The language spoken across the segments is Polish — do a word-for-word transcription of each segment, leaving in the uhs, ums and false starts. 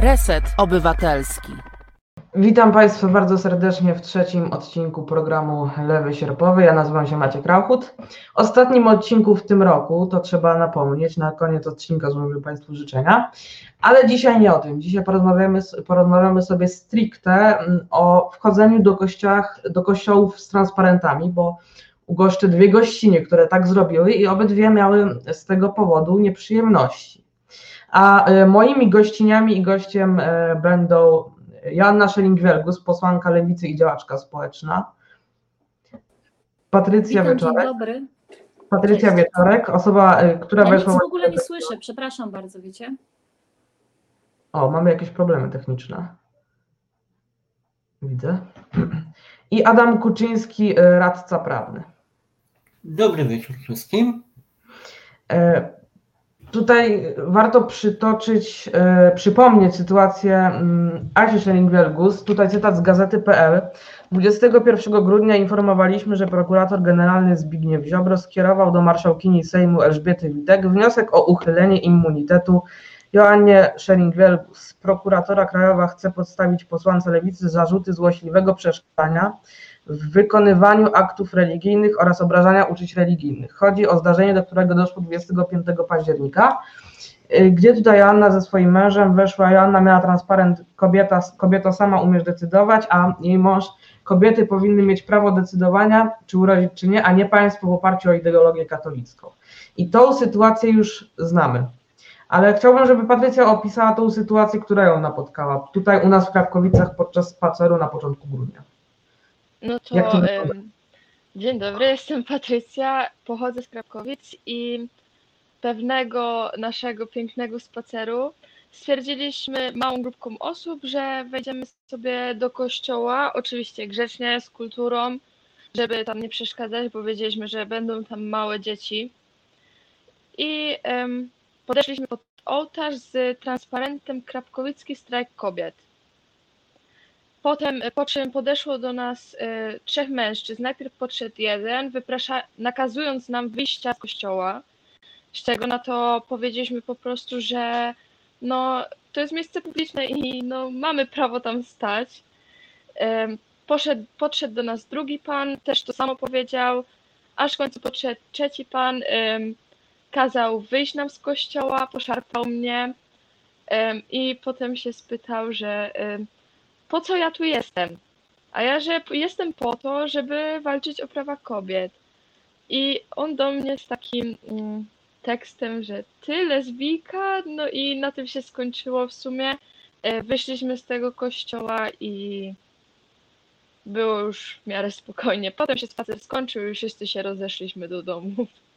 Reset Obywatelski. Witam Państwa bardzo serdecznie w trzecim odcinku programu Lewy Sierpowy. Ja nazywam się Maciek Rauchut. Ostatnim odcinku w tym roku, to trzeba napomnieć, na koniec odcinka złożę Państwu życzenia, ale dzisiaj nie o tym. Dzisiaj porozmawiamy, porozmawiamy sobie stricte o wchodzeniu do, kościołach, do kościołów z transparentami, bo ugoszczę dwie gościnie, które tak zrobiły i obydwie miały z tego powodu nieprzyjemności. A moimi gościniami i gościem będą Joanna Scheuring-Wielgus, posłanka Lewicy i działaczka społeczna. Patrycja Witam, Wieczorek. Dzień dobry. Patrycja Cześć. Wieczorek, osoba, która ja weszła... nic w ogóle nie słyszę, przepraszam bardzo, wiecie? O, mamy jakieś problemy techniczne. Widzę. I Adam Kuczyński, radca prawny. Dobry wieczór wszystkim. E, Tutaj warto przytoczyć, e, przypomnieć sytuację um, Asi Scheuring-Wielgus. Tutaj cytat z gazety kropka p l. dwudziestego pierwszego grudnia informowaliśmy, że prokurator generalny Zbigniew Ziobro skierował do marszałkini Sejmu Elżbiety Witek wniosek o uchylenie immunitetu Joannie Scheuring-Wielgus. Prokuratora Krajowa chce podstawić posłance Lewicy zarzuty złośliwego przeszkadzania w wykonywaniu aktów religijnych oraz obrażania uczuć religijnych. Chodzi o zdarzenie, do którego doszło dwudziestego piątego października, gdzie tutaj Joanna ze swoim mężem weszła. Joanna miała transparent kobieta, kobieto sama umiesz decydować, a jej mąż: kobiety powinny mieć prawo decydowania, czy urodzić, czy nie, a nie państwo w oparciu o ideologię katolicką. I tą sytuację już znamy. Ale chciałbym, żeby Patrycja opisała tą sytuację, która ją napotkała tutaj u nas w Krapkowicach podczas spaceru na początku grudnia. No to, Jak to um, dzień dobry, jestem Patrycja, pochodzę z Krapkowic i pewnego naszego pięknego spaceru stwierdziliśmy małą grupką osób, że wejdziemy sobie do kościoła, oczywiście grzecznie, z kulturą, żeby tam nie przeszkadzać, bo wiedzieliśmy, że będą tam małe dzieci. I um, podeszliśmy pod ołtarz z transparentem Krapkowicki strajk kobiet. Potem, po czym podeszło do nas y, trzech mężczyzn. Najpierw podszedł jeden, wyprasza, nakazując nam wyjścia z kościoła, z czego na to powiedzieliśmy po prostu, że no, to jest miejsce publiczne i no, mamy prawo tam stać. Y, poszedł, podszedł do nas drugi pan, też to samo powiedział, aż w końcu podszedł trzeci pan, y, kazał wyjść nam z kościoła, poszarpał mnie y, i potem się spytał, że y, po co ja tu jestem? A ja, że jestem po to, żeby walczyć o prawa kobiet. I on do mnie z takim mm, tekstem, że ty lesbijka, no i na tym się skończyło w sumie. E, wyszliśmy z tego kościoła i było już w miarę spokojnie. Potem się spacer skończył i wszyscy się rozeszliśmy do domu.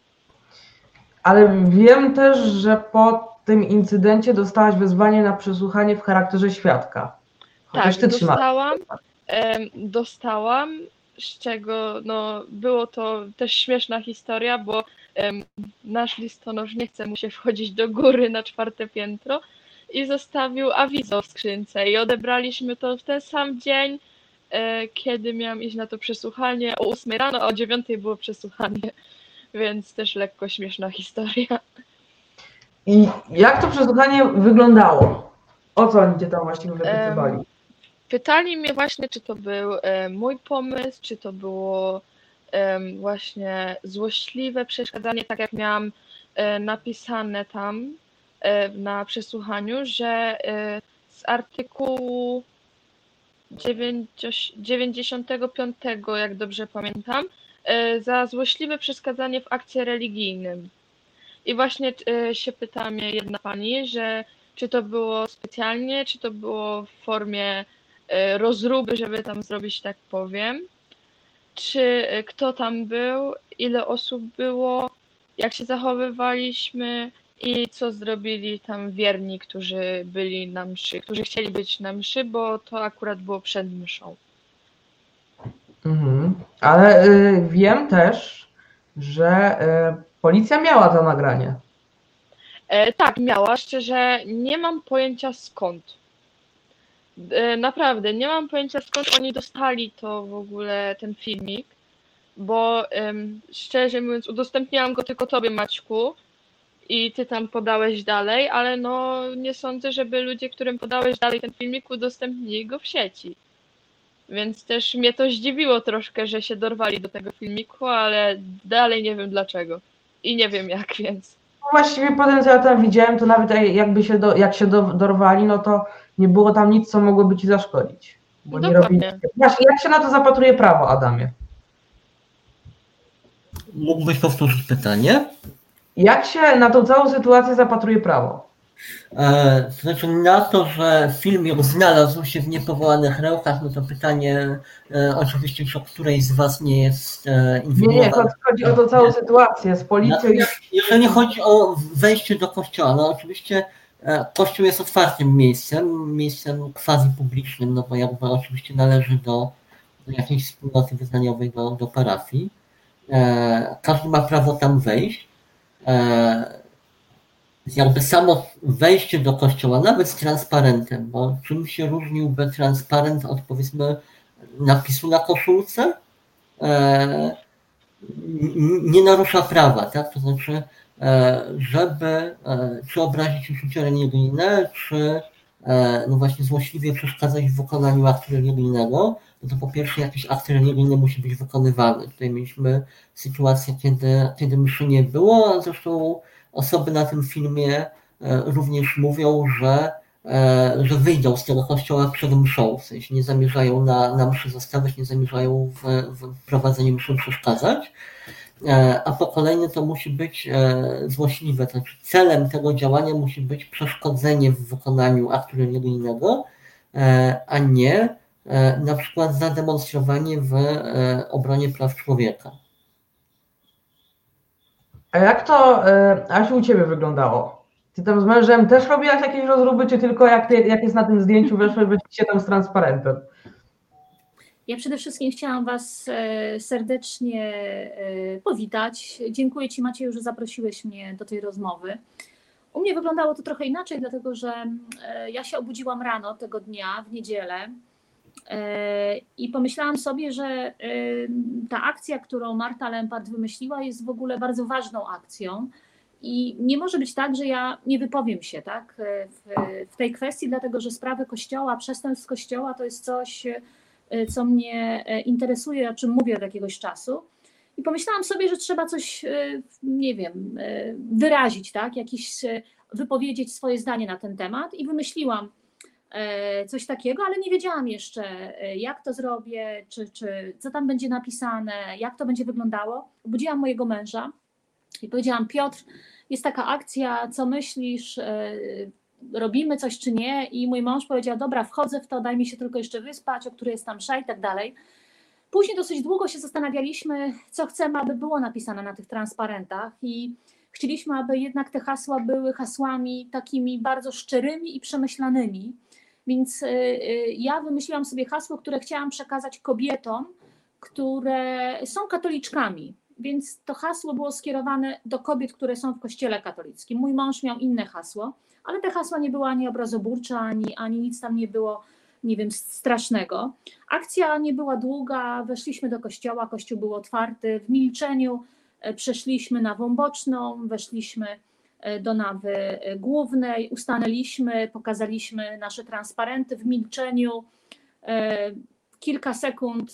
Ale wiem też, że po tym incydencie dostałaś wezwanie na przesłuchanie w charakterze świadka. Tak, dostałam, em, dostałam, z czego no, było to też śmieszna historia, bo em, nasz listonosz nie chce mu się wchodzić do góry na czwarte piętro i zostawił awizo w skrzynce i odebraliśmy to w ten sam dzień, e, kiedy miałam iść na to przesłuchanie. O ósmej rano, a o dziewiątej było przesłuchanie, więc też lekko śmieszna historia. I jak to przesłuchanie wyglądało? O co oni cię tam właściwie wypytywali? Em, Pytali mnie właśnie, czy to był e, mój pomysł, czy to było e, właśnie złośliwe przeszkadzanie, tak jak miałam e, napisane tam e, na przesłuchaniu, że e, z artykułu dziewięćdziesiątego piątego, jak dobrze pamiętam, e, za złośliwe przeszkadzanie w akcie religijnym. I właśnie e, się pyta mnie jedna pani, że czy to było specjalnie, czy to było w formie rozruby, żeby tam zrobić, tak powiem, czy kto tam był, ile osób było, jak się zachowywaliśmy i co zrobili tam wierni, którzy byli na mszy, którzy chcieli być na mszy, bo to akurat było przed mszą. Mhm. Ale y, wiem też, że y, policja miała to nagranie. E, tak, miała, szczerze nie mam pojęcia skąd. Naprawdę, nie mam pojęcia skąd oni dostali to w ogóle, ten filmik, bo um, szczerze mówiąc udostępniałam go tylko tobie, Maćku, i ty tam podałeś dalej, ale no nie sądzę, żeby ludzie, którym podałeś dalej ten filmik, udostępnili go w sieci. Więc też mnie to zdziwiło troszkę, że się dorwali do tego filmiku, ale dalej nie wiem dlaczego. I nie wiem jak, więc. Właściwie potem co ja tam widziałem, to nawet jakby się do, jak się do, dorwali, no to nie było tam nic, co mogłoby ci zaszkodzić. Bo nie robili. Dokładnie. Właśnie, jak się na to zapatruje prawo, Adamie? Mógłbyś powtórzyć pytanie? Jak się na tą całą sytuację zapatruje prawo? E, to znaczy na to, że film już znalazł się w niepowołanych rękach, no to pytanie e, oczywiście, czy o której z was nie jest e, Nie, nie, inwigilowana. chodzi o tą całą sytuację z policją. Natomiast jeżeli chodzi o wejście do kościoła, no oczywiście e, kościół jest otwartym miejscem, miejscem quasi publicznym, no bo jakby oczywiście należy do, do jakiejś wspólnoty wyznaniowej, do, do parafii. E, każdy ma prawo tam wejść. E, jakby samo wejście do kościoła, nawet z transparentem, bo czym się różniłby transparent od powiedzmy napisu na koszulce? E, nie narusza prawa, tak? To znaczy, żeby czy obrazić uczucie religijne, czy no właśnie złośliwie przeszkadzać w wykonaniu aktu religijnego, no to po pierwsze jakiś akt religijny musi być wykonywany. Tutaj mieliśmy sytuację, kiedy, kiedy mszy nie było, zresztą osoby na tym filmie również mówią, że, że wyjdą z tego kościoła przed mszą, w sensie nie zamierzają na, na mszy zostawać, nie zamierzają w, w prowadzeniu mszy przeszkadzać. A po kolejne to musi być złośliwe, to znaczy celem tego działania musi być przeszkodzenie w wykonaniu aktu religijnego, a nie na przykład zademonstrowanie w obronie praw człowieka. A jak to, Asiu, u ciebie wyglądało? Ty tam z mężem też robiłaś jakieś rozróby, czy tylko jak, ty, jak jest na tym zdjęciu weszły, byliście tam z transparentem? Ja przede wszystkim chciałam Was serdecznie powitać. Dziękuję Ci, Macieju, że zaprosiłeś mnie do tej rozmowy. U mnie wyglądało to trochę inaczej, dlatego że ja się obudziłam rano tego dnia, w niedzielę, i pomyślałam sobie, że ta akcja, którą Marta Lempart wymyśliła, jest w ogóle bardzo ważną akcją i nie może być tak, że ja nie wypowiem się, tak, w, w tej kwestii, dlatego że sprawy Kościoła, przestępstw Kościoła to jest coś, co mnie interesuje, o czym mówię od jakiegoś czasu. I pomyślałam sobie, że trzeba coś, nie wiem, wyrazić, tak, jakiś, wypowiedzieć swoje zdanie na ten temat i wymyśliłam coś takiego, ale nie wiedziałam jeszcze, jak to zrobię, czy, czy co tam będzie napisane, jak to będzie wyglądało. Obudziłam mojego męża i powiedziałam: Piotr, jest taka akcja, co myślisz, robimy coś czy nie? I mój mąż powiedział: dobra, wchodzę w to, daj mi się tylko jeszcze wyspać, o której jest tam msza i tak dalej. Później dosyć długo się zastanawialiśmy, co chcemy, aby było napisane na tych transparentach i chcieliśmy, aby jednak te hasła były hasłami takimi bardzo szczerymi i przemyślanymi. Więc ja wymyśliłam sobie hasło, które chciałam przekazać kobietom, które są katoliczkami. Więc to hasło było skierowane do kobiet, które są w kościele katolickim. Mój mąż miał inne hasło, ale te hasła nie były ani obrazoburcze, ani, ani nic tam nie było, nie wiem, strasznego. Akcja nie była długa, weszliśmy do kościoła, kościół był otwarty, w milczeniu przeszliśmy nawą boczną, weszliśmy do nawy głównej, ustanęliśmy, pokazaliśmy nasze transparenty w milczeniu. Kilka sekund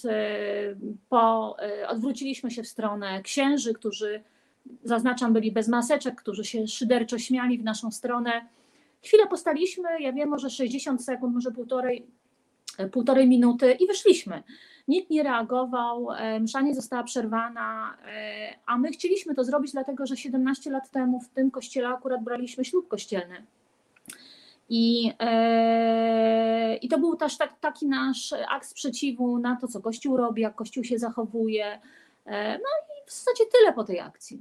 po odwróciliśmy się w stronę księży, którzy, zaznaczam, byli bez maseczek, którzy się szyderczo śmiali w naszą stronę. Chwilę postaliśmy, ja wiem, może sześćdziesiąt sekund, może półtorej, półtorej minuty i wyszliśmy. Nikt nie reagował, msza nie została przerwana, a my chcieliśmy to zrobić, dlatego że siedemnaście lat temu w tym kościele akurat braliśmy ślub kościelny. I, e, i to był też tak, taki nasz akt sprzeciwu na to, co Kościół robi, jak Kościół się zachowuje. E, no i w zasadzie tyle po tej akcji.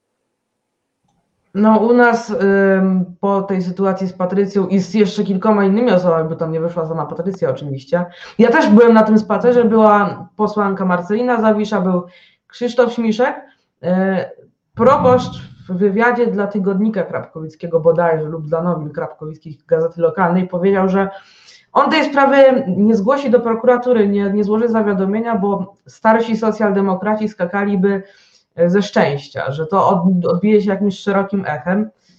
No u nas y, po tej sytuacji z Patrycją i z jeszcze kilkoma innymi osobami, bo tam nie wyszła sama Patrycja oczywiście. Ja też byłem na tym spacerze, była posłanka Marcelina Zawisza, był Krzysztof Śmiszek, y, proboszcz w wywiadzie dla Tygodnika Krapkowickiego bodajże lub dla nowin krapkowickich Gazety Lokalnej powiedział, że on tej sprawy nie zgłosi do prokuratury, nie, nie złoży zawiadomienia, bo starsi socjaldemokraci skakaliby ze szczęścia, że to odbije się jakimś szerokim echem.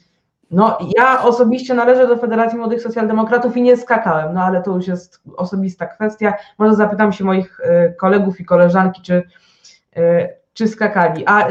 No, ja osobiście należę do Federacji Młodych Socjaldemokratów i nie skakałem, no ale to już jest osobista kwestia. Może zapytam się moich kolegów i koleżanki, czy, czy skakali. A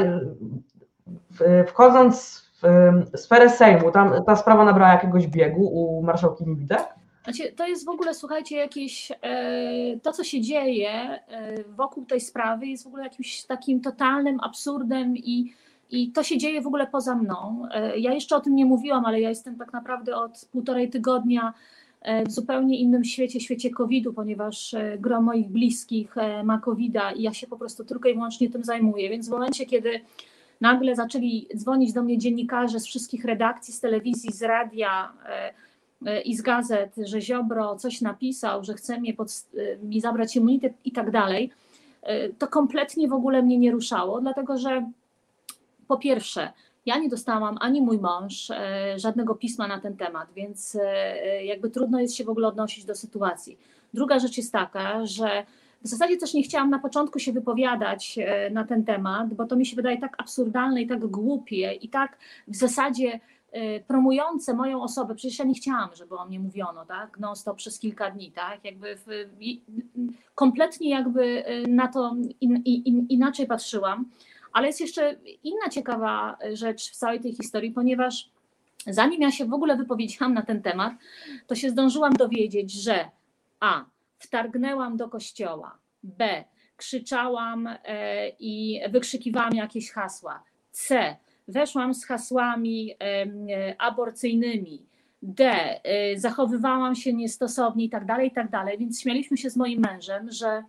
wchodząc w sferę Sejmu, tam ta sprawa nabrała jakiegoś biegu u marszałkini Witek? Znaczy, to jest w ogóle, słuchajcie, jakieś, to co się dzieje wokół tej sprawy jest w ogóle jakimś takim totalnym absurdem i I to się dzieje w ogóle poza mną. Ja jeszcze o tym nie mówiłam, ale ja jestem tak naprawdę od półtorej tygodnia w zupełnie innym świecie, świecie kowida, ponieważ gro moich bliskich ma kowida i ja się po prostu tylko i wyłącznie tym zajmuję. Więc w momencie, kiedy nagle zaczęli dzwonić do mnie dziennikarze z wszystkich redakcji, z telewizji, z radia i z gazet, że Ziobro coś napisał, że chce mnie pod, mi zabrać immunitet i tak dalej, to kompletnie w ogóle mnie nie ruszało, dlatego że po pierwsze, ja nie dostałam ani mój mąż żadnego pisma na ten temat, więc jakby trudno jest się w ogóle odnosić do sytuacji. Druga rzecz jest taka, że w zasadzie też nie chciałam na początku się wypowiadać na ten temat, bo to mi się wydaje tak absurdalne i tak głupie i tak w zasadzie promujące moją osobę. Przecież ja nie chciałam, żeby o mnie mówiono, tak, non stop przez kilka dni, tak, jakby w, kompletnie jakby na to in, in, inaczej patrzyłam. Ale jest jeszcze inna ciekawa rzecz w całej tej historii, ponieważ zanim ja się w ogóle wypowiedziałam na ten temat, to się zdążyłam dowiedzieć, że a. wtargnęłam do kościoła, b. krzyczałam i wykrzykiwałam jakieś hasła, c. weszłam z hasłami aborcyjnymi, d. zachowywałam się niestosownie i tak dalej, i tak dalej, więc śmialiśmy się z moim mężem, że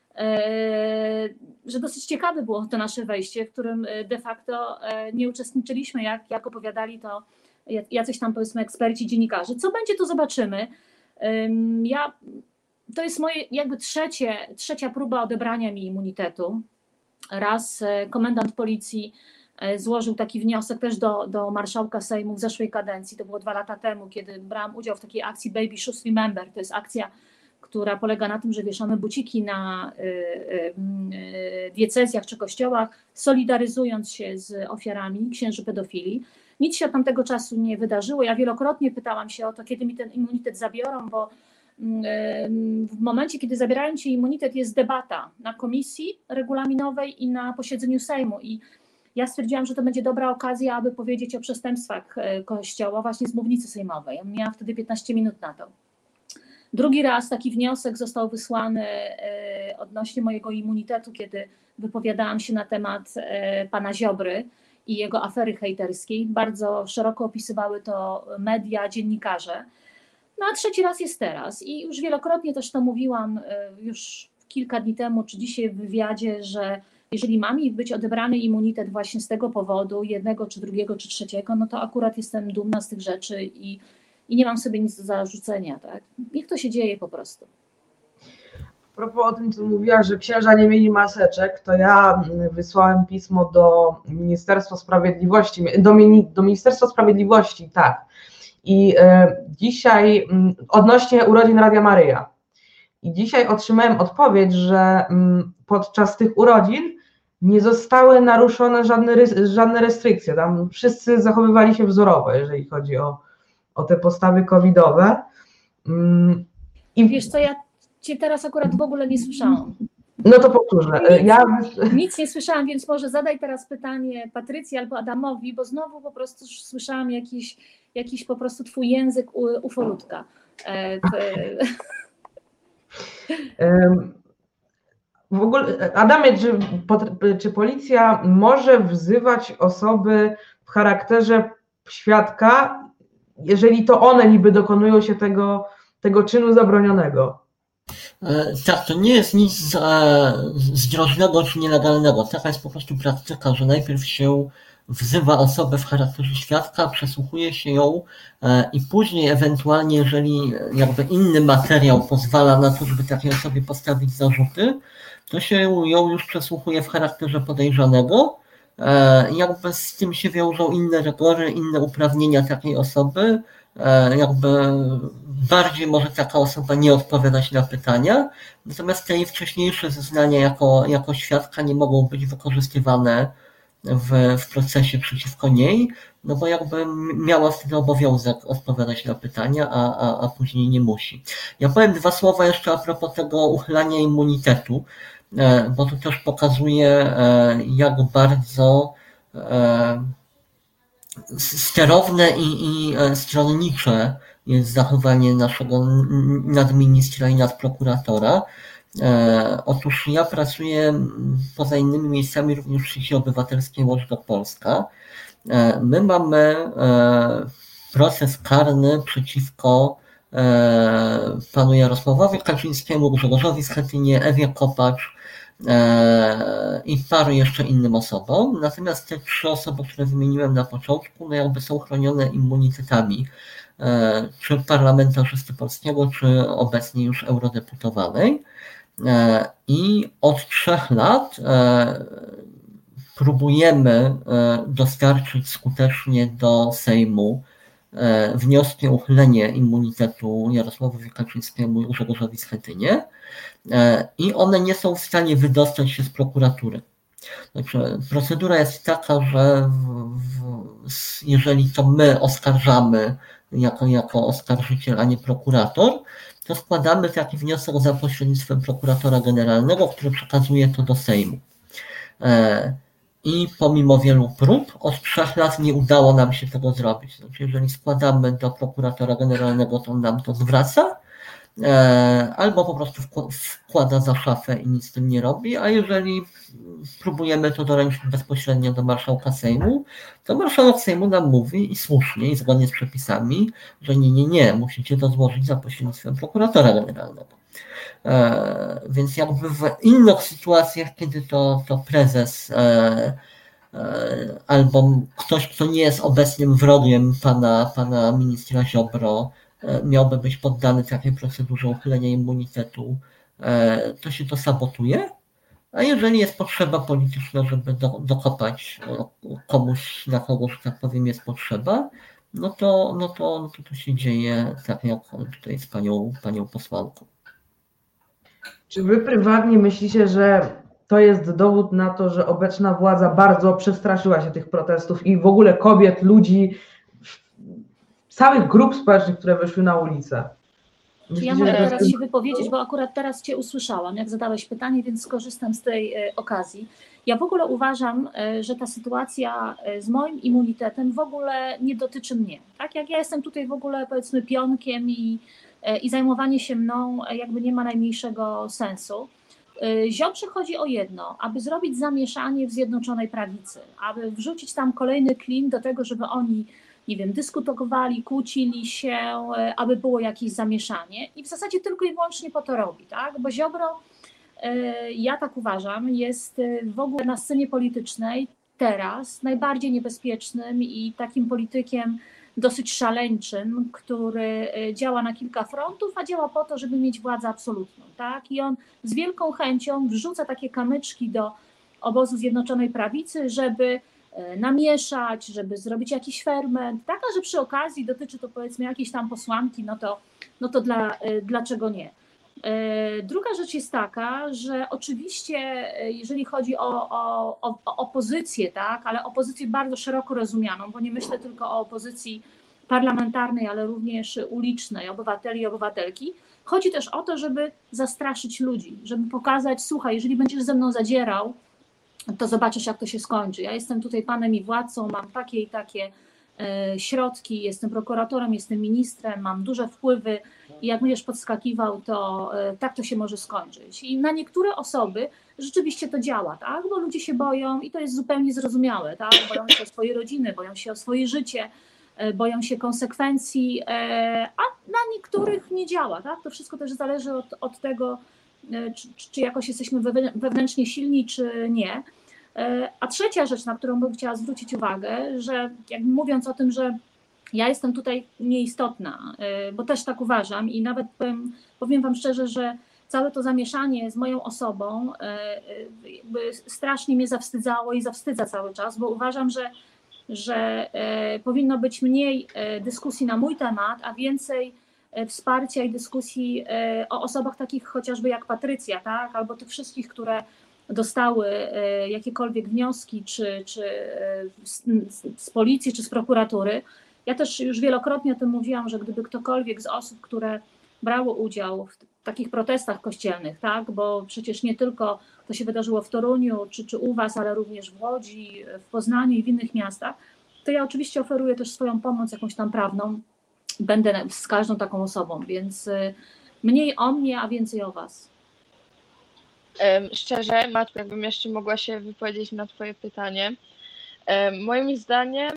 że dosyć ciekawe było to nasze wejście, w którym de facto nie uczestniczyliśmy, jak, jak opowiadali to jacyś tam powiedzmy eksperci, dziennikarze. Co będzie, to zobaczymy. Ja, to jest moje jakby trzecie, trzecia próba odebrania mi immunitetu. Raz komendant policji złożył taki wniosek też do, do marszałka Sejmu w zeszłej kadencji, to było dwa lata temu, kiedy brałam udział w takiej akcji Baby Shoes Remember, to jest akcja, która polega na tym, że wieszamy buciki na diecezjach czy kościołach, solidaryzując się z ofiarami księży pedofilii. Nic się od tamtego czasu nie wydarzyło. Ja wielokrotnie pytałam się o to, kiedy mi ten immunitet zabiorą, bo w momencie, kiedy zabierają ci immunitet, jest debata na komisji regulaminowej i na posiedzeniu Sejmu. I ja stwierdziłam, że to będzie dobra okazja, aby powiedzieć o przestępstwach Kościoła właśnie z mównicy sejmowej. Miałam wtedy piętnaście minut na to. Drugi raz taki wniosek został wysłany odnośnie mojego immunitetu, kiedy wypowiadałam się na temat pana Ziobry i jego afery hejterskiej. Bardzo szeroko opisywały to media, dziennikarze. No a trzeci raz jest teraz i już wielokrotnie też to mówiłam już kilka dni temu, czy dzisiaj w wywiadzie, że jeżeli ma mi być odebrany immunitet właśnie z tego powodu, jednego, czy drugiego, czy trzeciego, no to akurat jestem dumna z tych rzeczy i I nie mam sobie nic do zarzucenia, tak? Niech to się dzieje po prostu. A propos o tym, co mówiła, że księża nie mieli maseczek, to ja wysłałem pismo do Ministerstwa Sprawiedliwości, do, do Ministerstwa Sprawiedliwości, tak. I e, dzisiaj odnośnie urodzin Radia Maryja. I dzisiaj otrzymałem odpowiedź, że m, podczas tych urodzin nie zostały naruszone żadne, żadne restrykcje. Tam wszyscy zachowywali się wzorowo, jeżeli chodzi o o te postawy covidowe. I wiesz co, ja cię teraz akurat w ogóle nie słyszałam. No to powtórzę. Nic, ja... nic nie słyszałam, więc może zadaj teraz pytanie Patrycji albo Adamowi, bo znowu po prostu słyszałam jakiś, jakiś po prostu twój język ufolutka. W ogóle, Adamie, czy, czy policja może wzywać osoby w charakterze świadka, jeżeli to one niby dokonują się tego, tego czynu zabronionego? Tak, to nie jest nic zdrożnego czy nielegalnego. Taka jest po prostu praktyka, że najpierw się wzywa osobę w charakterze świadka, przesłuchuje się ją i później ewentualnie, jeżeli jakby inny materiał pozwala na to, żeby takiej osobie postawić zarzuty, to się ją już przesłuchuje w charakterze podejrzanego. Jakby z tym się wiążą inne rygory, inne uprawnienia takiej osoby, jakby bardziej może taka osoba nie odpowiadać na pytania, natomiast te jej wcześniejsze zeznania jako, jako świadka nie mogą być wykorzystywane w, w procesie przeciwko niej. no bo jakby miała wtedy obowiązek odpowiadać na pytania, a, a, a później nie musi. Ja powiem dwa słowa jeszcze a propos tego uchylania immunitetu, bo to też pokazuje, jak bardzo sterowne i, i stronnicze jest zachowanie naszego nadministra i nadprokuratora. Otóż ja pracuję poza innymi miejscami również w sieci obywatelskiej Watchdog Polska. My mamy proces karny przeciwko panu Jarosławowi Kaczyńskiemu, Grzegorzowi Schetynie, Ewie Kopacz i paru jeszcze innym osobom. Natomiast te trzy osoby, które wymieniłem na początku, no jakby są chronione immunitetami czy parlamentarzysty polskiego, czy obecnie już eurodeputowanej. I od trzech lat próbujemy dostarczyć skutecznie do Sejmu wnioski o uchylenie immunitetu Jarosławowi Kaczyńskiemu i Grzegorzowi Schetynie i one nie są w stanie wydostać się z prokuratury. Znaczy, procedura jest taka, że w, w, jeżeli to my oskarżamy jako, jako oskarżyciel, a nie prokurator, to składamy taki wniosek za pośrednictwem prokuratora generalnego, który przekazuje to do Sejmu. I pomimo wielu prób od trzech lat nie udało nam się tego zrobić. Znaczy, jeżeli składamy do prokuratora generalnego, to on nam to zwraca, albo po prostu wkłada za szafę i nic z tym nie robi, a jeżeli próbujemy to doręczyć bezpośrednio do marszałka Sejmu, to marszałek Sejmu nam mówi i słusznie, i zgodnie z przepisami, że nie, nie, nie, musicie to złożyć za pośrednictwem prokuratora generalnego. Więc jakby w innych sytuacjach, kiedy to, to prezes albo ktoś, kto nie jest obecnym wrogiem pana, pana ministra Ziobro, miałby być poddany takiej procedurze uchylenia immunitetu, to się to sabotuje, a jeżeli jest potrzeba polityczna, żeby do, dokopać komuś, na kogo, że tak powiem, jest potrzeba, no to, no to, no to, to się dzieje tak, jak tutaj z panią, panią posłanką. Czy wy prywatnie myślicie, że to jest dowód na to, że obecna władza bardzo przestraszyła się tych protestów i w ogóle kobiet, ludzi, całych grup społecznych, które wyszły na ulicę? Myślicie, ja mogę teraz jest... się wypowiedzieć, bo akurat teraz cię usłyszałam, jak zadałeś pytanie, więc skorzystam z tej e, okazji. Ja w ogóle uważam, e, że ta sytuacja e, z moim immunitetem w ogóle nie dotyczy mnie. Tak jak ja jestem tutaj w ogóle, powiedzmy, pionkiem i, e, i zajmowanie się mną e, jakby nie ma najmniejszego sensu. E, Ziobrze chodzi o jedno, aby zrobić zamieszanie w Zjednoczonej Prawicy, aby wrzucić tam kolejny klin do tego, żeby oni, nie wiem, dyskutowali, kłócili się, aby było jakieś zamieszanie i w zasadzie tylko i wyłącznie po to robi, tak? Bo Ziobro, ja tak uważam, jest w ogóle na scenie politycznej teraz najbardziej niebezpiecznym i takim politykiem dosyć szaleńczym, który działa na kilka frontów, a działa po to, żeby mieć władzę absolutną, tak? I on z wielką chęcią wrzuca takie kamyczki do obozu Zjednoczonej Prawicy, żeby namieszać, żeby zrobić jakiś ferment, tak, a że przy okazji dotyczy to, powiedzmy, jakiejś tam posłanki, no to, no to dla, dlaczego nie? Druga rzecz jest taka, że oczywiście jeżeli chodzi o, o, o opozycję, tak, ale opozycję bardzo szeroko rozumianą, bo nie myślę tylko o opozycji parlamentarnej, ale również ulicznej, obywateli i obywatelki, chodzi też o to, żeby zastraszyć ludzi, żeby pokazać, słuchaj, jeżeli będziesz ze mną zadzierał, to zobaczysz, jak to się skończy. Ja jestem tutaj panem i władcą, mam takie i takie e, środki, jestem prokuratorem, jestem ministrem, mam duże wpływy i jak będziesz podskakiwał, to e, tak to się może skończyć. I na niektóre osoby rzeczywiście to działa, tak? Bo ludzie się boją i to jest zupełnie zrozumiałe, tak? Boją się o swoje rodziny, boją się o swoje życie, e, boją się konsekwencji, e, a na niektórych nie działa, tak? To wszystko też zależy od, od tego, Czy, czy jakoś jesteśmy wewnętrznie silni, czy nie. A trzecia rzecz, na którą bym chciała zwrócić uwagę, że jakby mówiąc o tym, że ja jestem tutaj nieistotna, bo też tak uważam i nawet powiem, powiem wam szczerze, że całe to zamieszanie z moją osobą jakby strasznie mnie zawstydzało i zawstydza cały czas, bo uważam, że, że powinno być mniej dyskusji na mój temat, a więcej wsparcia i dyskusji o osobach takich chociażby jak Patrycja, tak? Albo tych wszystkich, które dostały jakiekolwiek wnioski, czy, czy z, z policji, czy z prokuratury. Ja też już wielokrotnie o tym mówiłam, że gdyby ktokolwiek z osób, które brało udział w takich protestach kościelnych, tak, bo przecież nie tylko to się wydarzyło w Toruniu, czy, czy u Was, ale również w Łodzi, w Poznaniu i w innych miastach, to ja oczywiście oferuję też swoją pomoc jakąś tam prawną, będę z każdą taką osobą, więc mniej o mnie, a więcej o Was. Szczerze, Matko, jakbym jeszcze mogła się wypowiedzieć na Twoje pytanie. Moim zdaniem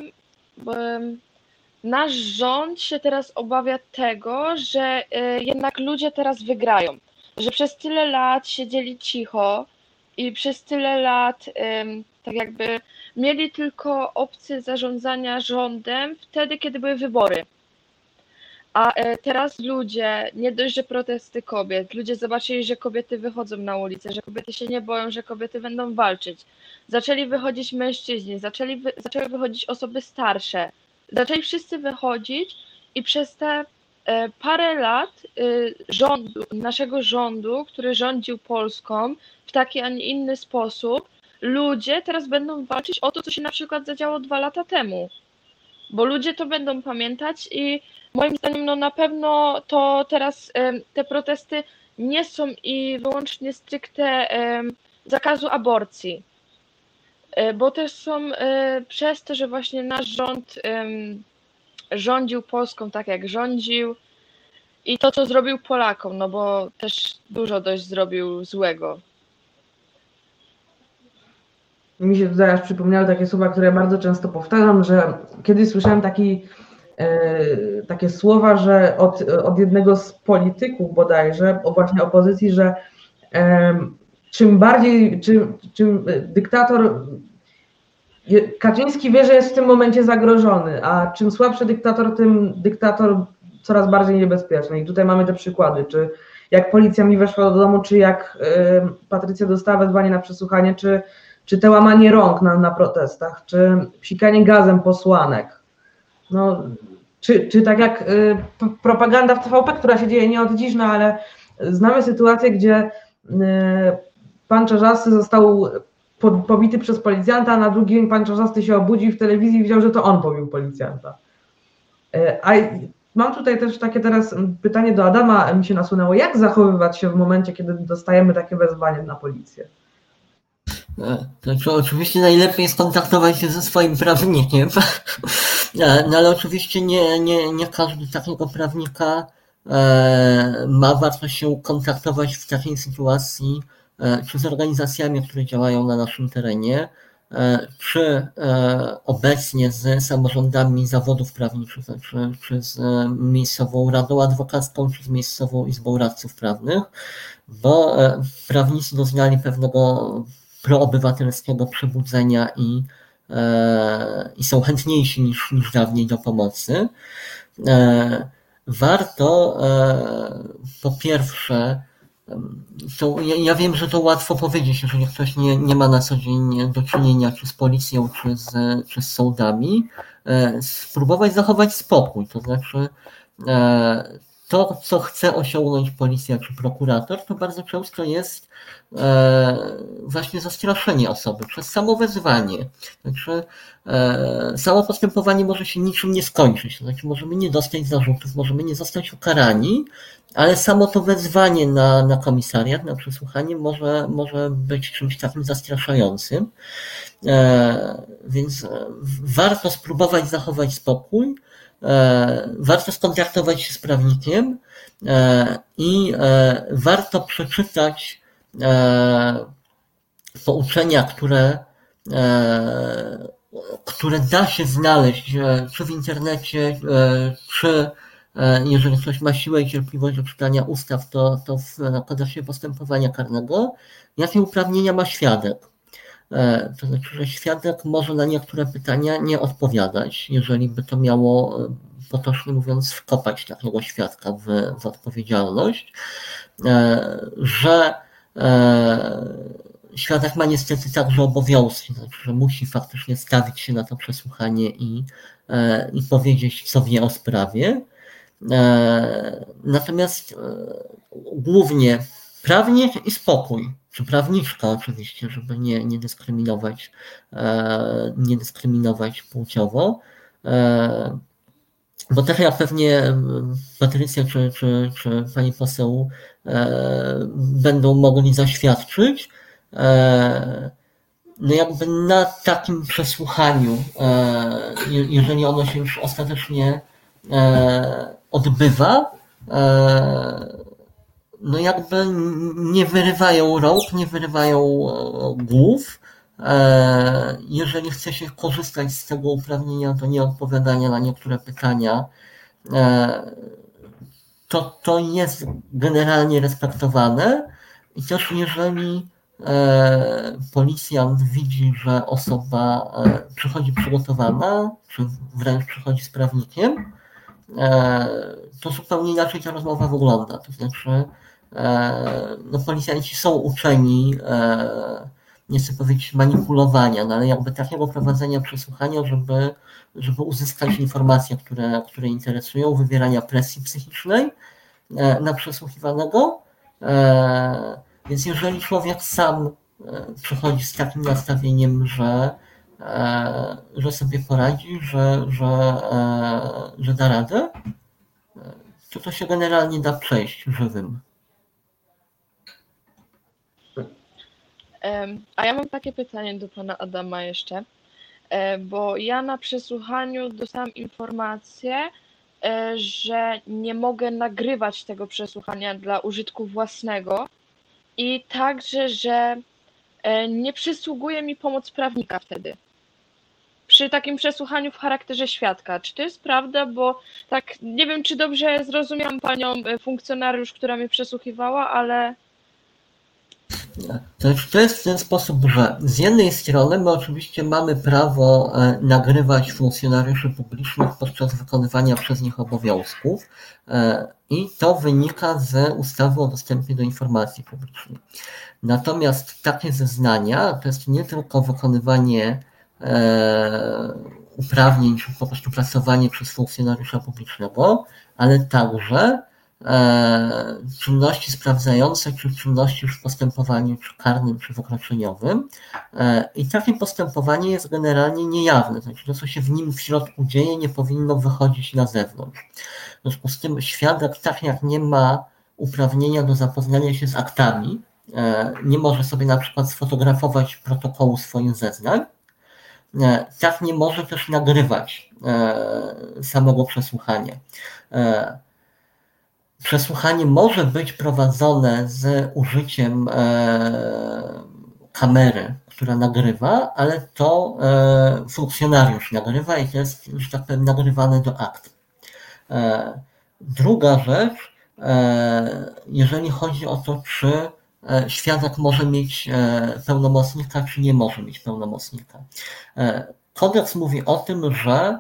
nasz rząd się teraz obawia tego, że jednak ludzie teraz wygrają, że przez tyle lat siedzieli cicho i przez tyle lat tak jakby mieli tylko opcję zarządzania rządem wtedy, kiedy były wybory. A teraz ludzie, nie dość, że protesty kobiet, ludzie zobaczyli, że kobiety wychodzą na ulicę, że kobiety się nie boją, że kobiety będą walczyć. Zaczęli wychodzić mężczyźni, zaczęli wy, zaczęły wychodzić osoby starsze. Zaczęli wszyscy wychodzić i przez te parę lat rządu, naszego rządu, który rządził Polską w taki, a nie inny sposób, ludzie teraz będą walczyć o to, co się na przykład zadziało dwa lata temu. Bo ludzie to będą pamiętać i moim zdaniem no na pewno to teraz te protesty nie są i wyłącznie stricte zakazu aborcji, bo też są przez to, że właśnie nasz rząd rządził Polską tak jak rządził i to co zrobił Polakom, no bo też dużo dość zrobił złego. Mi się tutaj aż przypomniały takie słowa, które ja bardzo często powtarzam, że kiedyś słyszałem taki, e, takie słowa, że od, od jednego z polityków bodajże, o właśnie opozycji, że e, czym bardziej, czym, czym dyktator, Kaczyński wie, że jest w tym momencie zagrożony, a czym słabszy dyktator, tym dyktator coraz bardziej niebezpieczny. I tutaj mamy te przykłady, czy jak policja mi weszła do domu, czy jak e, Patrycja dostała wezwanie na przesłuchanie, czy czy te łamanie rąk na, na protestach, czy psikanie gazem posłanek, no, czy, czy tak jak y, propaganda w T V P, która się dzieje nie od dziś, no ale znamy sytuację, gdzie y, pan Czarzasty został po, pobity przez policjanta, a na drugi dzień pan Czarzasty się obudził w telewizji i widział, że to on pobił policjanta. Y, a mam tutaj też takie teraz pytanie do Adama, mi się nasunęło, jak zachowywać się w momencie, kiedy dostajemy takie wezwanie na policję? Znaczy, oczywiście najlepiej jest kontaktować się ze swoim prawnikiem, no ale oczywiście nie, nie, nie każdy takiego prawnika e, ma wartość się kontaktować w takiej sytuacji, e, czy z organizacjami, które działają na naszym terenie, e, czy e, obecnie z samorządami zawodów prawniczych, czy, czy z miejscową radą adwokacką, czy z miejscową izbą radców prawnych, bo e, prawnicy doznali pewnego proobywatelskiego przebudzenia i, e, i są chętniejsi niż, niż dawniej do pomocy. E, warto e, po pierwsze, to ja, ja wiem, że to łatwo powiedzieć, jeżeli ktoś nie, nie ma na co dzień do czynienia czy z policją, czy z, czy z sądami, e, spróbować zachować spokój, to znaczy e, to, co chce osiągnąć policja czy prokurator, to bardzo często jest e, właśnie zastraszenie osoby przez samo wezwanie. Także e, samo postępowanie może się niczym nie skończyć. To znaczy możemy nie dostać zarzutów, możemy nie zostać ukarani, ale samo to wezwanie na, na komisariat, na przesłuchanie może, może być czymś takim zastraszającym. E, więc warto spróbować zachować spokój. Warto skontaktować się z prawnikiem i warto przeczytać pouczenia, które, które da się znaleźć czy w internecie, czy jeżeli ktoś ma siłę i cierpliwość do czytania ustaw, to, to w kodeksie postępowania karnego, jakie uprawnienia ma świadek. To znaczy, że świadek może na niektóre pytania nie odpowiadać, jeżeli by to miało, potocznie mówiąc, wkopać takiego świadka w, w odpowiedzialność, że świadek ma niestety także obowiązki, to znaczy, że musi faktycznie stawić się na to przesłuchanie i, i powiedzieć, co wie o sprawie. Natomiast głównie prawnik i spokój, czy prawniczka oczywiście, żeby nie, nie dyskryminować, e, nie dyskryminować płciowo. E, bo tak jak pewnie Patrycja czy, czy, czy pani poseł e, będą mogli zaświadczyć, e, no jakby na takim przesłuchaniu, e, jeżeli ono się już ostatecznie e, odbywa, e, no jakby nie wyrywają rąk, nie wyrywają głów. Jeżeli chce się korzystać z tego uprawnienia do nieodpowiadania na niektóre pytania, to to jest generalnie respektowane i też jeżeli policjant widzi, że osoba przychodzi przygotowana, czy wręcz przychodzi z prawnikiem, to zupełnie inaczej ta rozmowa wygląda. To znaczy, no policjanci są uczeni, nie chcę powiedzieć manipulowania, no ale jakby takiego prowadzenia przesłuchania, żeby, żeby uzyskać informacje, które, które interesują, wywierania presji psychicznej na przesłuchiwanego. Więc jeżeli człowiek sam przychodzi z takim nastawieniem, że, że sobie poradzi, że, że, że da radę, to to się generalnie da przejść żywym. A ja mam takie pytanie do pana Adama jeszcze, bo ja na przesłuchaniu dostałam informację, że nie mogę nagrywać tego przesłuchania dla użytku własnego i także, że nie przysługuje mi pomoc prawnika wtedy. Przy takim przesłuchaniu w charakterze świadka. Czy to jest prawda? Bo tak nie wiem, czy dobrze zrozumiałam panią funkcjonariusz, która mnie przesłuchiwała, ale... To, to jest w ten sposób, że z jednej strony my oczywiście mamy prawo nagrywać funkcjonariuszy publicznych podczas wykonywania przez nich obowiązków i to wynika z ustawy o dostępie do informacji publicznej. Natomiast takie zeznania to jest nie tylko wykonywanie uprawnień, czy po prostu pracowanie przez funkcjonariusza publicznego, ale także czynności sprawdzające, czy czynności już w postępowaniu czy karnym, czy wykroczeniowym. I takie postępowanie jest generalnie niejawne, znaczy to, co się w nim w środku dzieje, nie powinno wychodzić na zewnątrz. W związku z tym świadek, tak jak nie ma uprawnienia do zapoznania się z aktami, nie może sobie na przykład sfotografować protokołu swoich zeznań, tak nie może też nagrywać samego przesłuchania. Przesłuchanie może być prowadzone z użyciem kamery, która nagrywa, ale to funkcjonariusz nagrywa i to jest, że tak powiem, nagrywane do akt. Druga rzecz, jeżeli chodzi o to, czy świadek może mieć pełnomocnika, czy nie może mieć pełnomocnika. Kodeks mówi o tym, że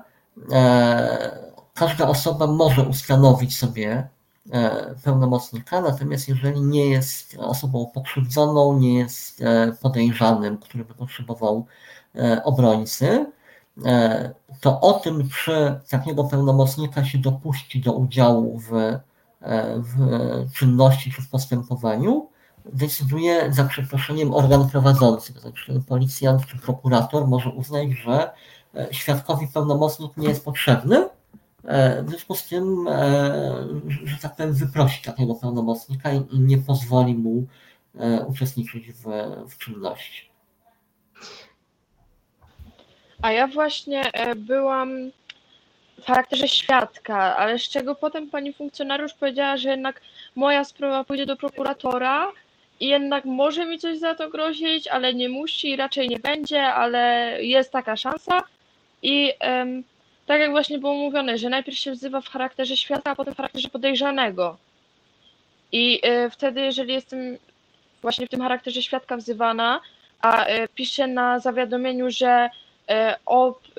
każda osoba może ustanowić sobie pełnomocnika, natomiast jeżeli nie jest osobą pokrzywdzoną, nie jest podejrzanym, który by potrzebował obrońcy, to o tym, czy takiego pełnomocnika się dopuści do udziału w, w czynności czy w postępowaniu, decyduje za przeproszeniem organ prowadzący, to znaczy policjant czy prokurator może uznać, że świadkowi pełnomocnik nie jest potrzebny, w związku z tym, że tak powiem, wyprosi takiego pełnomocnika i nie pozwoli mu uczestniczyć w, w czynności. A ja właśnie byłam w charakterze świadka, ale z czego potem pani funkcjonariusz powiedziała, że jednak moja sprawa pójdzie do prokuratora i jednak może mi coś za to grozić, ale nie musi, raczej nie będzie, ale jest taka szansa i um, tak jak właśnie było mówione, że najpierw się wzywa w charakterze świadka, a potem w charakterze podejrzanego. I y, wtedy, jeżeli jestem właśnie w tym charakterze świadka wzywana, a y, piszę na zawiadomieniu, że y, o y,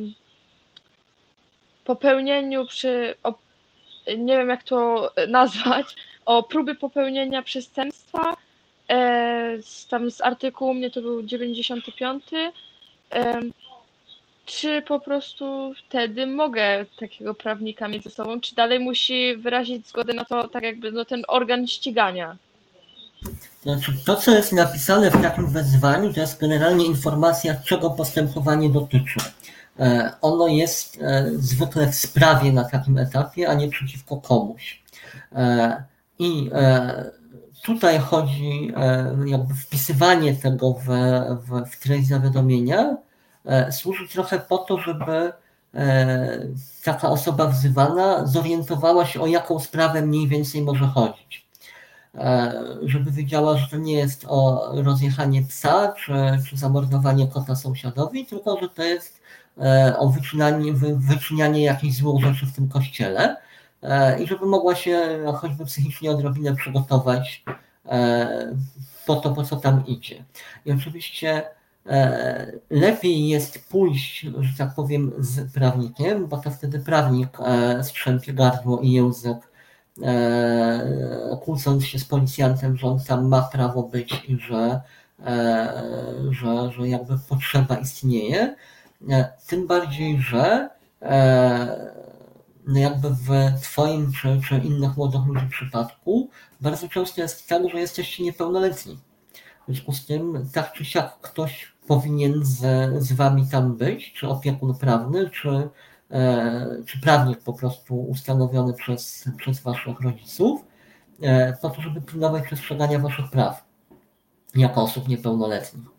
popełnieniu przy, o, nie wiem jak to nazwać, o próby popełnienia przestępstwa, y, z, tam z artykułu, mnie to był dziewięćdziesiąty piąty, y, czy po prostu wtedy mogę takiego prawnika mieć ze sobą, czy dalej musi wyrazić zgodę na to, tak jakby no, ten organ ścigania? Znaczy, to, co jest napisane w takim wezwaniu, to jest generalnie informacja, czego postępowanie dotyczy. Ono jest zwykle w sprawie na takim etapie, a nie przeciwko komuś. I tutaj chodzi, jakby wpisywanie tego w, w, w treść zawiadomienia służy trochę po to, żeby taka osoba wzywana zorientowała się, o jaką sprawę mniej więcej może chodzić. Żeby wiedziała, że to nie jest o rozjechanie psa czy, czy zamordowanie kota sąsiadowi, tylko że to jest o wyczynianie, wyczynianie jakichś złych rzeczy w tym kościele i żeby mogła się choćby psychicznie odrobinę przygotować po to, po co tam idzie. I oczywiście lepiej jest pójść, że tak powiem, z prawnikiem, bo to wtedy prawnik strzępie gardło i język, kłócąc się z policjantem, że on tam ma prawo być i że, że, że jakby potrzeba istnieje. Tym bardziej, że no jakby w twoim czy, czy innych młodych ludzi przypadku bardzo często jest tak, że jesteście niepełnoletni. W związku z tym tak czy siak ktoś powinien z, z wami tam być, czy opiekun prawny, czy, czy prawnik po prostu ustanowiony przez, przez waszych rodziców, po to, żeby pilnować przestrzegania waszych praw jako osób niepełnoletnich.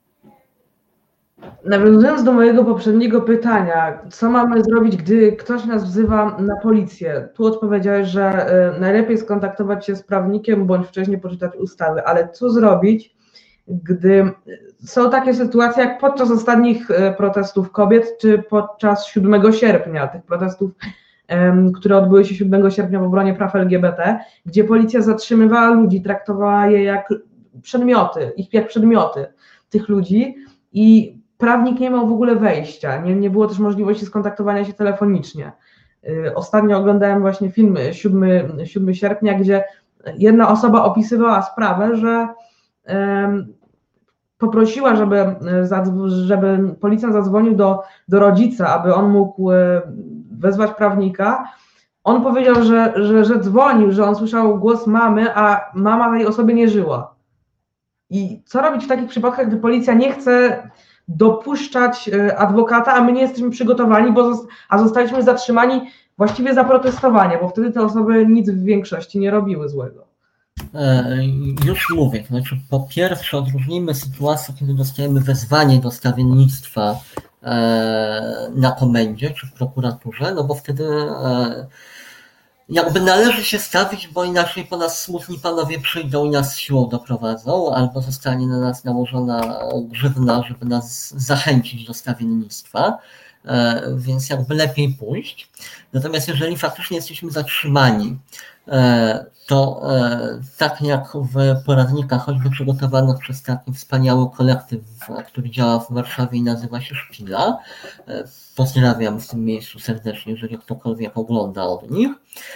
Nawiązując do mojego poprzedniego pytania, co mamy zrobić, gdy ktoś nas wzywa na policję? Tu odpowiedziałeś, że najlepiej skontaktować się z prawnikiem, bądź wcześniej poczytać ustawy, ale co zrobić, gdy są takie sytuacje jak podczas ostatnich protestów kobiet, czy podczas siódmego sierpnia, tych protestów, które odbyły się siódmego sierpnia w obronie praw L G B T, gdzie policja zatrzymywała ludzi, traktowała je jak przedmioty, ich jak przedmioty tych ludzi i prawnik nie miał w ogóle wejścia, nie, nie było też możliwości skontaktowania się telefonicznie. Ostatnio oglądałem właśnie film siódmego sierpnia, gdzie jedna osoba opisywała sprawę, że um, poprosiła, żeby, żeby policjant zadzwonił do, do rodzica, aby on mógł wezwać prawnika. On powiedział, że, że, że dzwonił, że on słyszał głos mamy, a mama tej osobie nie żyła. I co robić w takich przypadkach, gdy policja nie chce dopuszczać adwokata, a my nie jesteśmy przygotowani, bo zosta- a zostaliśmy zatrzymani właściwie za protestowanie, bo wtedy te osoby nic w większości nie robiły złego. E, już mówię, znaczy po pierwsze odróżnijmy sytuację, kiedy dostajemy wezwanie do stawiennictwa e, na komendzie czy w prokuraturze, no bo wtedy e, jakby należy się stawić, bo inaczej po nas smutni panowie przyjdą i nas siłą doprowadzą, albo zostanie na nas nałożona grzywna, żeby nas zachęcić do stawiennictwa, więc jakby lepiej pójść. Natomiast jeżeli faktycznie jesteśmy zatrzymani, to tak jak w poradnikach, choćby przygotowanych przez taki wspaniały kolektyw, który działa w Warszawie i nazywa się Szpila, pozdrawiam w tym miejscu serdecznie, jeżeli ktokolwiek ogląda od nich.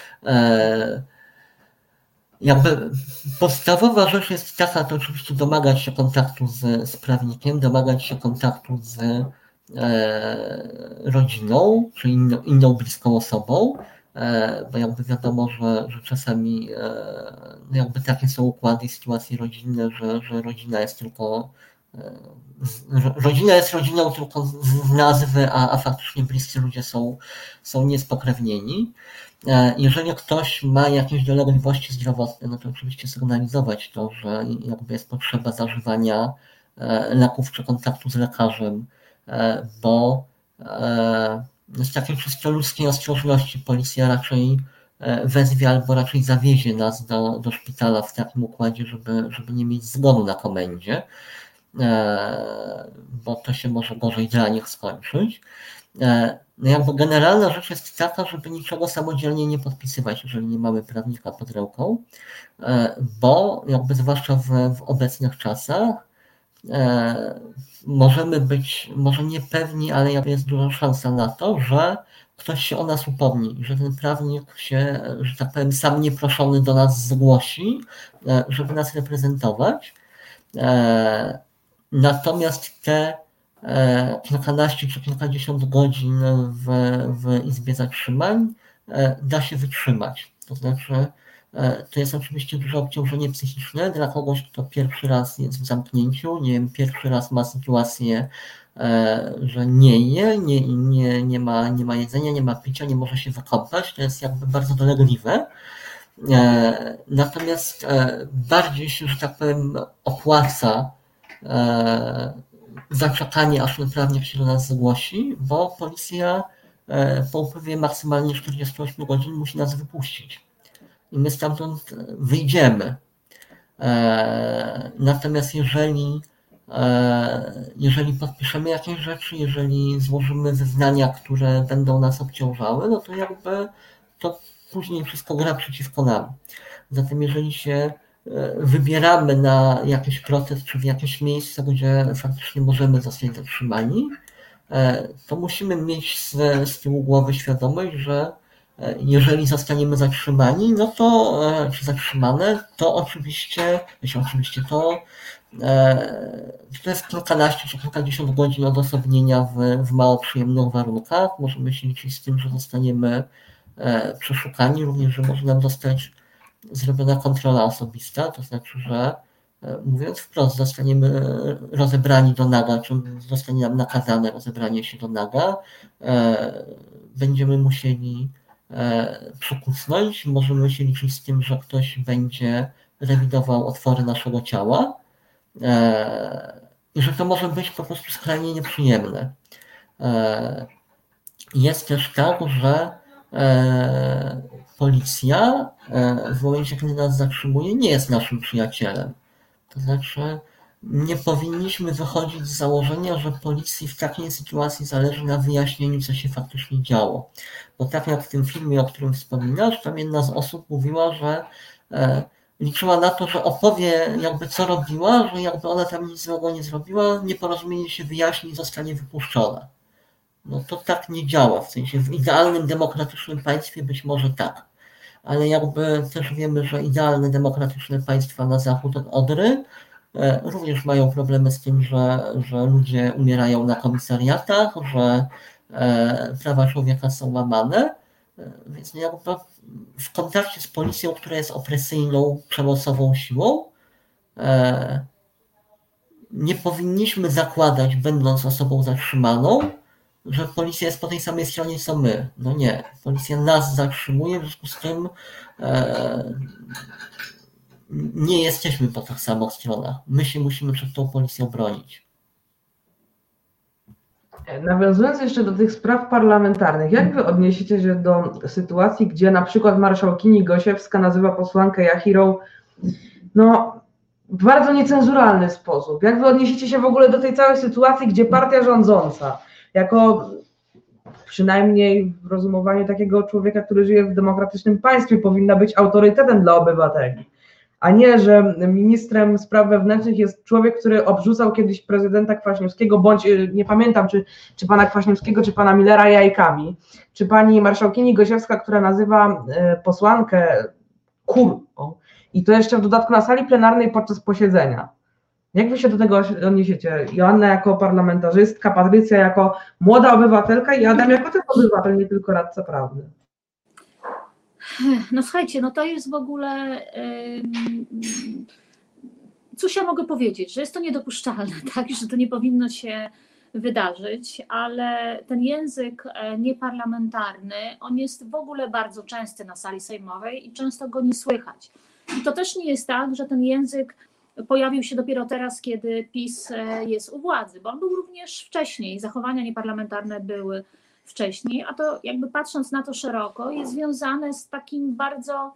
Jakby podstawowa rzecz jest taka, to oczywiście domagać się kontaktu z, z prawnikiem, domagać się kontaktu z e, rodziną, czy inną, inną bliską osobą, e, bo jakby wiadomo, że, że czasami e, jakby takie są układy i sytuacje rodzinne, że, że rodzina jest tylko Rodzina jest rodziną tylko z nazwy, a, a faktycznie bliscy ludzie są, są niespokrewnieni. Jeżeli ktoś ma jakieś dolegliwości zdrowotne, no to oczywiście sygnalizować to, że jakby jest potrzeba zażywania leków czy kontaktu z lekarzem, bo z takiej czysto ludzkiej ostrożności policja raczej wezwie albo raczej zawiezie nas do, do szpitala w takim układzie, żeby, żeby nie mieć zgonu na komendzie, bo to się może gorzej dla nich skończyć. No jakby generalna rzecz jest taka, żeby niczego samodzielnie nie podpisywać, jeżeli nie mamy prawnika pod ręką, bo jakby zwłaszcza w, w obecnych czasach możemy być może niepewni, ale jest duża szansa na to, że ktoś się o nas upomni, że ten prawnik się, że tak powiem, sam nieproszony do nas zgłosi, żeby nas reprezentować. Natomiast te kilkanaście czy kilkadziesiąt godzin w, w izbie zatrzymań da się wytrzymać. To znaczy to jest oczywiście duże obciążenie psychiczne dla kogoś, kto pierwszy raz jest w zamknięciu, nie wiem, pierwszy raz ma sytuację, że nie je, nie, nie, nie, ma, nie ma jedzenia, nie ma picia, nie może się wykąpać, to jest jakby bardzo dolegliwe. Natomiast bardziej się, że tak powiem, opłaca zaczekanie, aż ten prawnik się do nas zgłosi, bo policja po upływie maksymalnie czterdzieści osiem godzin musi nas wypuścić. I my stamtąd wyjdziemy. Natomiast jeżeli, jeżeli podpiszemy jakieś rzeczy, jeżeli złożymy zeznania, które będą nas obciążały, no to jakby to później wszystko gra przeciwko nam. Zatem jeżeli się wybieramy na jakiś protest czy w jakieś miejsce, gdzie faktycznie możemy zostać zatrzymani, to musimy mieć z, z tyłu głowy świadomość, że jeżeli zostaniemy zatrzymani, no to, czy zatrzymane, to oczywiście, wiecie, oczywiście to, to jest kilkanaście czy kilkadziesiąt godzin odosobnienia w, w mało przyjemnych warunkach. Możemy się liczyć z tym, że zostaniemy przeszukani, również, że może nam zostać zrobiona kontrola osobista, to znaczy, że mówiąc wprost, zostaniemy rozebrani do naga, czy zostanie nam nakazane rozebranie się do naga, będziemy musieli przykucnąć, możemy się liczyć z tym, że ktoś będzie rewidował otwory naszego ciała i że to może być po prostu skrajnie nieprzyjemne. Jest też tak, że policja w momencie, kiedy nas zatrzymuje, nie jest naszym przyjacielem. To znaczy, nie powinniśmy wychodzić z założenia, że policji w takiej sytuacji zależy na wyjaśnieniu, co się faktycznie działo. Bo tak jak w tym filmie, o którym wspominasz, tam jedna z osób mówiła, że liczyła na to, że opowie jakby co robiła, że jakby ona tam nic złego nie zrobiła, nieporozumienie się wyjaśni i zostanie wypuszczona. No to tak nie działa, w sensie w idealnym, demokratycznym państwie być może tak. Ale jakby też wiemy, że idealne, demokratyczne państwa na zachód od Odry również mają problemy z tym, że, że ludzie umierają na komisariatach, że prawa człowieka są łamane, więc jakby w kontakcie z policją, która jest opresyjną, przemocową siłą, nie powinniśmy zakładać, będąc osobą zatrzymaną, że policja jest po tej samej stronie co my. No nie, policja nas zatrzymuje, w związku z tym e, nie jesteśmy po tych samych stronach. My się musimy przed tą policją bronić. Nawiązując jeszcze do tych spraw parlamentarnych, jak wy odniesiecie się do sytuacji, gdzie na przykład marszałkini Gosiewska nazywa posłankę Jachirą no, w bardzo niecenzuralny sposób? Jak wy odniesiecie się w ogóle do tej całej sytuacji, gdzie partia rządząca, jako przynajmniej w rozumowaniu takiego człowieka, który żyje w demokratycznym państwie, powinna być autorytetem dla obywateli, a nie, że ministrem spraw wewnętrznych jest człowiek, który obrzucał kiedyś prezydenta Kwaśniewskiego, bądź nie pamiętam, czy, czy pana Kwaśniewskiego, czy pana Millera jajkami, czy pani marszałkini Gosiewska, która nazywa posłankę kurwą i to jeszcze w dodatku na sali plenarnej podczas posiedzenia. Jak wy się do tego odniesiecie? Joanna jako parlamentarzystka, Patrycja jako młoda obywatelka i Adam jako ten obywatel, nie tylko radca prawny. No słuchajcie, no to jest w ogóle, cóż ja mogę powiedzieć, że jest to niedopuszczalne, tak, że to nie powinno się wydarzyć, ale ten język nieparlamentarny, on jest w ogóle bardzo częsty na sali sejmowej i często go nie słychać. I to też nie jest tak, że ten język pojawił się dopiero teraz, kiedy PiS jest u władzy, bo on był również wcześniej, zachowania nieparlamentarne były wcześniej, a to jakby patrząc na to szeroko jest związane z takim bardzo,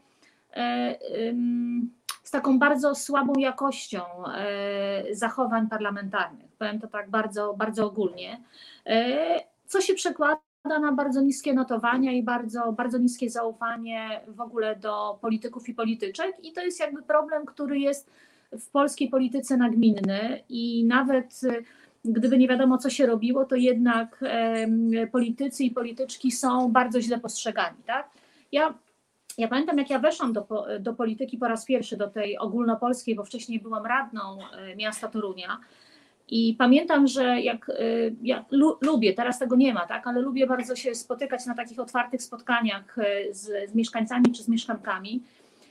z taką bardzo słabą jakością zachowań parlamentarnych, powiem to tak bardzo, bardzo ogólnie, co się przekłada na bardzo niskie notowania i bardzo, bardzo niskie zaufanie w ogóle do polityków i polityczek i to jest jakby problem, który jest w polskiej polityce nagminny i nawet gdyby nie wiadomo, co się robiło, to jednak politycy i polityczki są bardzo źle postrzegani. Tak? Ja, ja pamiętam, jak ja weszłam do, do polityki po raz pierwszy, do tej ogólnopolskiej, bo wcześniej byłam radną miasta Torunia i pamiętam, że jak ja lu, lubię, teraz tego nie ma, tak? Ale lubię bardzo się spotykać na takich otwartych spotkaniach z, z mieszkańcami czy z mieszkankami.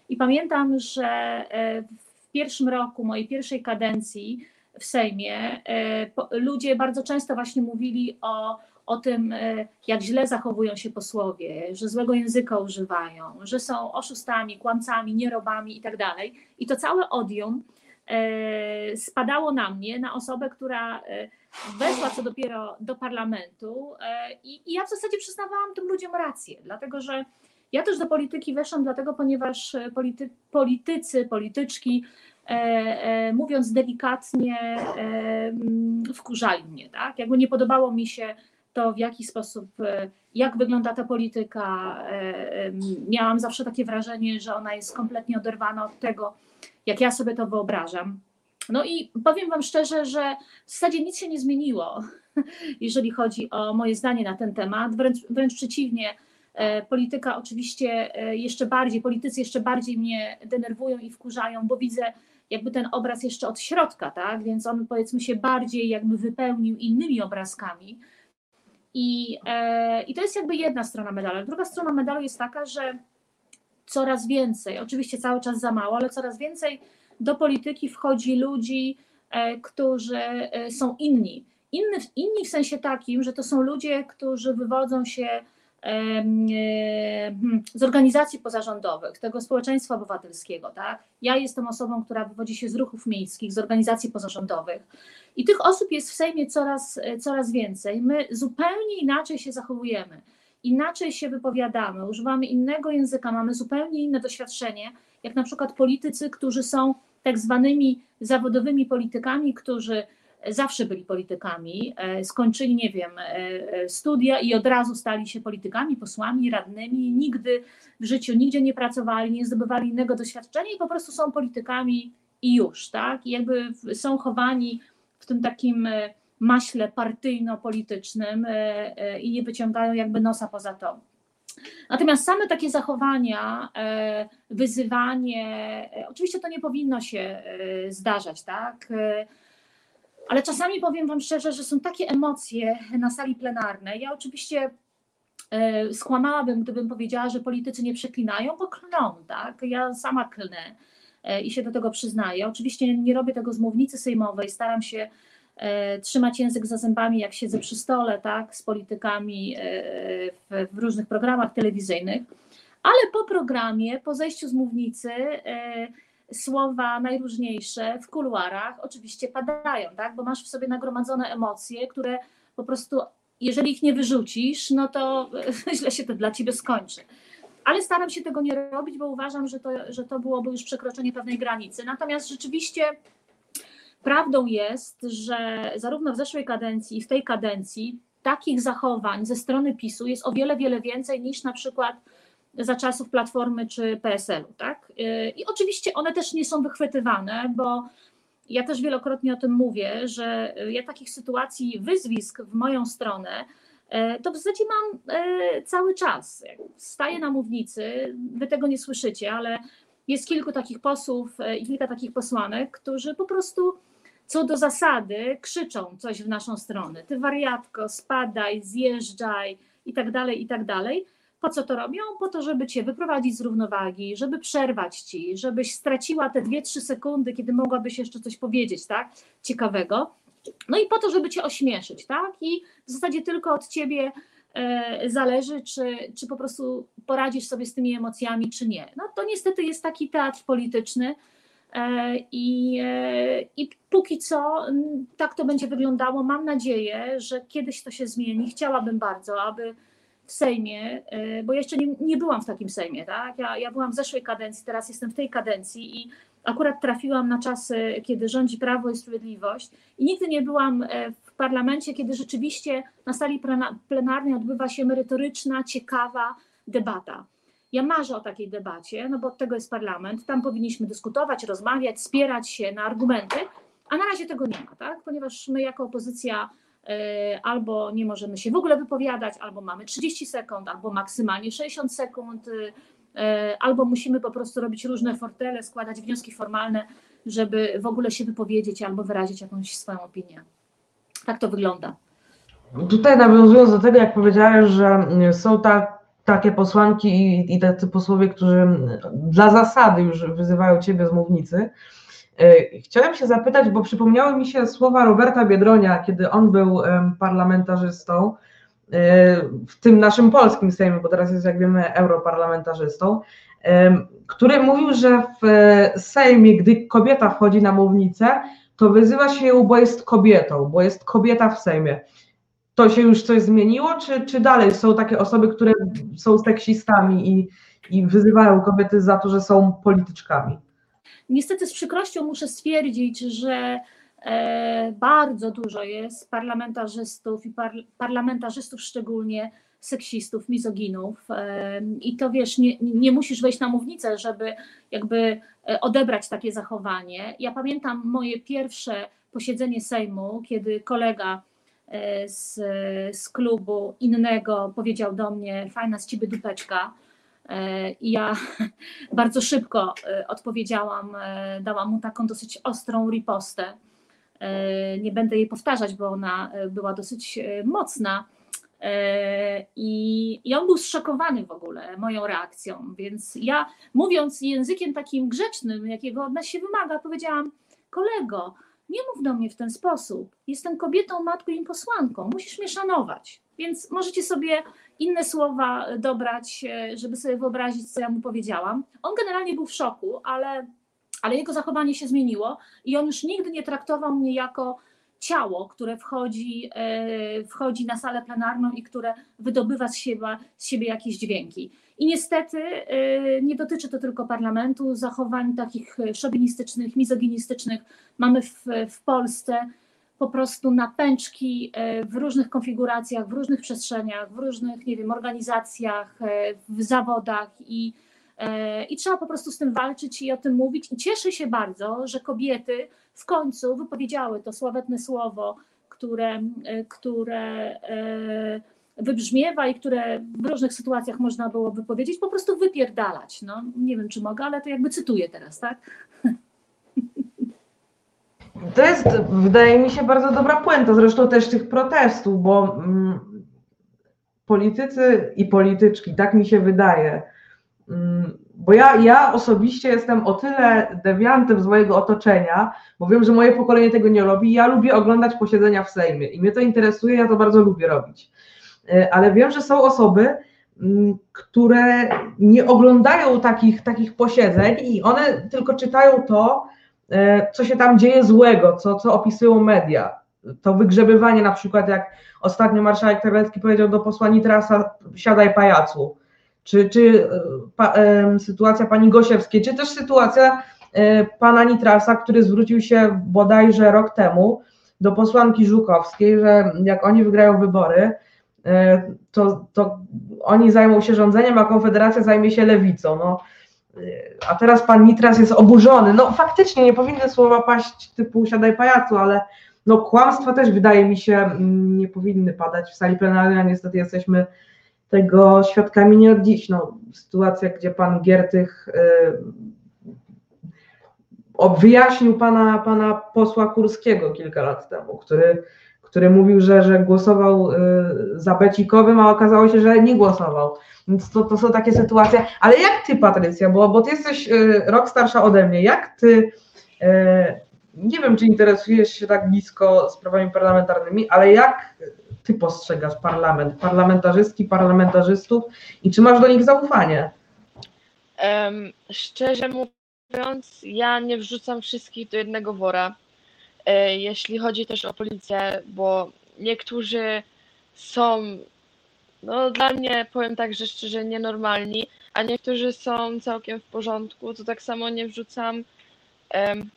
I pamiętam, że w pierwszym roku mojej pierwszej kadencji w Sejmie ludzie bardzo często właśnie mówili o, o tym, jak źle zachowują się posłowie, że złego języka używają, że są oszustami, kłamcami, nierobami i tak dalej. I to całe odium spadało na mnie, na osobę, która weszła co dopiero do parlamentu i, i ja w zasadzie przyznawałam tym ludziom rację, dlatego że ja też do polityki weszłam dlatego, ponieważ polity, politycy, polityczki, e, e, mówiąc delikatnie, e, wkurzali mnie, tak? Jakby nie podobało mi się to, w jaki sposób, jak wygląda ta polityka. E, miałam zawsze takie wrażenie, że ona jest kompletnie oderwana od tego, jak ja sobie to wyobrażam. No i powiem wam szczerze, że w zasadzie nic się nie zmieniło, jeżeli chodzi o moje zdanie na ten temat, wręcz, wręcz przeciwnie. Polityka oczywiście jeszcze bardziej, politycy jeszcze bardziej mnie denerwują i wkurzają, bo widzę jakby ten obraz jeszcze od środka, tak? Więc on, powiedzmy, się bardziej jakby wypełnił innymi obrazkami. I, i to jest jakby jedna strona medalu. Druga strona medalu jest taka, że coraz więcej, oczywiście cały czas za mało, ale coraz więcej do polityki wchodzi ludzi, którzy są inni. Inni, inni w sensie takim, że to są ludzie, którzy wywodzą się z organizacji pozarządowych, tego społeczeństwa obywatelskiego. Tak? Ja jestem osobą, która wywodzi się z ruchów miejskich, z organizacji pozarządowych i tych osób jest w Sejmie coraz, coraz więcej. My zupełnie inaczej się zachowujemy, inaczej się wypowiadamy, używamy innego języka, mamy zupełnie inne doświadczenie, jak na przykład politycy, którzy są tak zwanymi zawodowymi politykami, którzy zawsze byli politykami, skończyli, nie wiem, studia i od razu stali się politykami, posłami, radnymi, nigdy w życiu, nigdzie nie pracowali, nie zdobywali innego doświadczenia i po prostu są politykami i już, tak? I jakby są chowani w tym takim maśle partyjno-politycznym i nie wyciągają jakby nosa poza to. Natomiast same takie zachowania, wyzywanie, oczywiście to nie powinno się zdarzać, tak? Ale czasami powiem wam szczerze, że są takie emocje na sali plenarnej. Ja oczywiście skłamałabym, gdybym powiedziała, że politycy nie przeklinają, bo klną, tak? Ja sama klnę i się do tego przyznaję. Oczywiście nie robię tego z mównicy sejmowej, staram się trzymać język za zębami, jak siedzę przy stole, tak, z politykami w, w różnych programach telewizyjnych, ale po programie, po zejściu z mównicy słowa najróżniejsze w kuluarach oczywiście padają, tak, bo masz w sobie nagromadzone emocje, które po prostu, jeżeli ich nie wyrzucisz, no to źle się to dla ciebie skończy. Ale staram się tego nie robić, bo uważam, że to, że to byłoby już przekroczenie pewnej granicy. Natomiast rzeczywiście prawdą jest, że zarówno w zeszłej kadencji i w tej kadencji takich zachowań ze strony PiSu jest o wiele, wiele więcej niż na przykład za czasów Platformy czy P S L-u. Tak? I oczywiście one też nie są wychwytywane, bo ja też wielokrotnie o tym mówię, że ja takich sytuacji wyzwisk w moją stronę to w zasadzie mam cały czas. Staję na mównicy, wy tego nie słyszycie, ale jest kilku takich posłów i kilka takich posłanek, którzy po prostu co do zasady krzyczą coś w naszą stronę. Ty wariatko, spadaj, zjeżdżaj i tak dalej, i tak dalej. Po co to robią? Po to, żeby cię wyprowadzić z równowagi, żeby przerwać ci, żebyś straciła te dwie trzy sekundy, kiedy mogłabyś jeszcze coś powiedzieć, tak, ciekawego. No i po to, żeby cię ośmieszyć, tak? I w zasadzie tylko od ciebie e, zależy, czy, czy po prostu poradzisz sobie z tymi emocjami, czy nie. No to niestety jest taki teatr polityczny e, i, e, i póki co m, tak to będzie wyglądało. Mam nadzieję, że kiedyś to się zmieni. Chciałabym bardzo, aby w Sejmie, e, bo jeszcze nie, nie byłam w takim Sejmie, tak? Ja, ja byłam w zeszłej kadencji, teraz jestem w tej kadencji i akurat trafiłam na czasy, kiedy rządzi Prawo i Sprawiedliwość i nigdy nie byłam w parlamencie, kiedy rzeczywiście na sali plenarnej odbywa się merytoryczna, ciekawa debata. Ja marzę o takiej debacie, no bo od tego jest parlament, tam powinniśmy dyskutować, rozmawiać, spierać się na argumenty, a na razie tego nie ma, tak? Ponieważ my jako opozycja albo nie możemy się w ogóle wypowiadać, albo mamy trzydzieści sekund, albo maksymalnie sześćdziesiąt sekund, albo musimy po prostu robić różne fortele, składać wnioski formalne, żeby w ogóle się wypowiedzieć albo wyrazić jakąś swoją opinię. Tak to wygląda. Tutaj nawiązując do tego, jak powiedziałeś, że są tak, takie posłanki i, i tacy posłowie, którzy dla zasady już wyzywają ciebie z mównicy. Chciałem się zapytać, bo przypomniały mi się słowa Roberta Biedronia, kiedy on był parlamentarzystą w tym naszym polskim Sejmie, bo teraz jest, jak wiemy, europarlamentarzystą, który mówił, że w Sejmie, gdy kobieta wchodzi na mównicę, to wyzywa się ją, bo jest kobietą, bo jest kobieta w Sejmie. To się już coś zmieniło, czy, czy dalej są takie osoby, które są seksistami i, i wyzywają kobiety za to, że są polityczkami? Niestety z przykrością muszę stwierdzić, że e, bardzo dużo jest parlamentarzystów i par, parlamentarzystów szczególnie seksistów, mizoginów e, i to wiesz, nie, nie musisz wejść na mównicę, żeby jakby odebrać takie zachowanie. Ja pamiętam moje pierwsze posiedzenie Sejmu, kiedy kolega z, z klubu innego powiedział do mnie: fajna z ciebie dupeczka. I ja bardzo szybko odpowiedziałam, dałam mu taką dosyć ostrą ripostę. Nie będę jej powtarzać, bo ona była dosyć mocna. I, I on był zszokowany w ogóle moją reakcją, więc ja, mówiąc językiem takim grzecznym, jakiego od nas się wymaga, powiedziałam: kolego, nie mów do mnie w ten sposób, jestem kobietą, matką i posłanką, musisz mnie szanować, więc możecie sobie inne słowa dobrać, żeby sobie wyobrazić, co ja mu powiedziałam. On generalnie był w szoku, ale, ale jego zachowanie się zmieniło i on już nigdy nie traktował mnie jako ciało, które wchodzi, wchodzi na salę plenarną i które wydobywa z siebie, z siebie jakieś dźwięki. I niestety nie dotyczy to tylko parlamentu, zachowań takich szowinistycznych, mizoginistycznych mamy w, w Polsce po prostu na pęczki w różnych konfiguracjach, w różnych przestrzeniach, w różnych, nie wiem, organizacjach, w zawodach i, i trzeba po prostu z tym walczyć i o tym mówić. I cieszę się bardzo, że kobiety w końcu wypowiedziały to sławetne słowo, które, które wybrzmiewa i które w różnych sytuacjach można było wypowiedzieć, po prostu wypierdalać. No, nie wiem, czy mogę, ale to jakby cytuję teraz, tak? To jest, wydaje mi się, bardzo dobra puenta, zresztą też tych protestów, bo mm, politycy i polityczki, tak mi się wydaje, mm, bo ja, ja osobiście jestem o tyle dewiantem z mojego otoczenia, bo wiem, że moje pokolenie tego nie robi, ja lubię oglądać posiedzenia w Sejmie i mnie to interesuje, ja to bardzo lubię robić. Ale wiem, że są osoby, które nie oglądają takich, takich posiedzeń i one tylko czytają to, co się tam dzieje złego, co, co opisują media. To wygrzebywanie, na przykład jak ostatnio marszałek Terlecki powiedział do posła Nitrasa: siadaj pajacu, czy, czy pa, e, sytuacja pani Gosiewskiej, czy też sytuacja e, pana Nitrasa, który zwrócił się bodajże rok temu do posłanki Żukowskiej, że jak oni wygrają wybory, e, to, to oni zajmą się rządzeniem, a Konfederacja zajmie się lewicą. No, a teraz pan Nitras jest oburzony. No faktycznie nie powinny słowa paść typu siadaj pajacu, ale no kłamstwa też, wydaje mi się, nie powinny padać w sali plenarnej, a niestety jesteśmy tego świadkami nie od dziś. No, sytuacja, gdzie pan Giertych yy, wyjaśnił pana, pana posła Kurskiego kilka lat temu, który, który mówił, że, że głosował yy, za Becikowym, a okazało się, że nie głosował. Więc to, to są takie sytuacje. Ale jak ty, Patrycja, bo, bo ty jesteś y, rok starsza ode mnie, jak ty, y, nie wiem, czy interesujesz się tak blisko sprawami parlamentarnymi, ale jak ty postrzegasz parlament, parlamentarzystki, parlamentarzystów i czy masz do nich zaufanie? Um, szczerze mówiąc, ja nie wrzucam wszystkich do jednego wora, e, jeśli chodzi też o policję, bo niektórzy są, no dla mnie, powiem tak, że szczerze, nienormalni, a niektórzy są całkiem w porządku, to tak samo nie wrzucam um,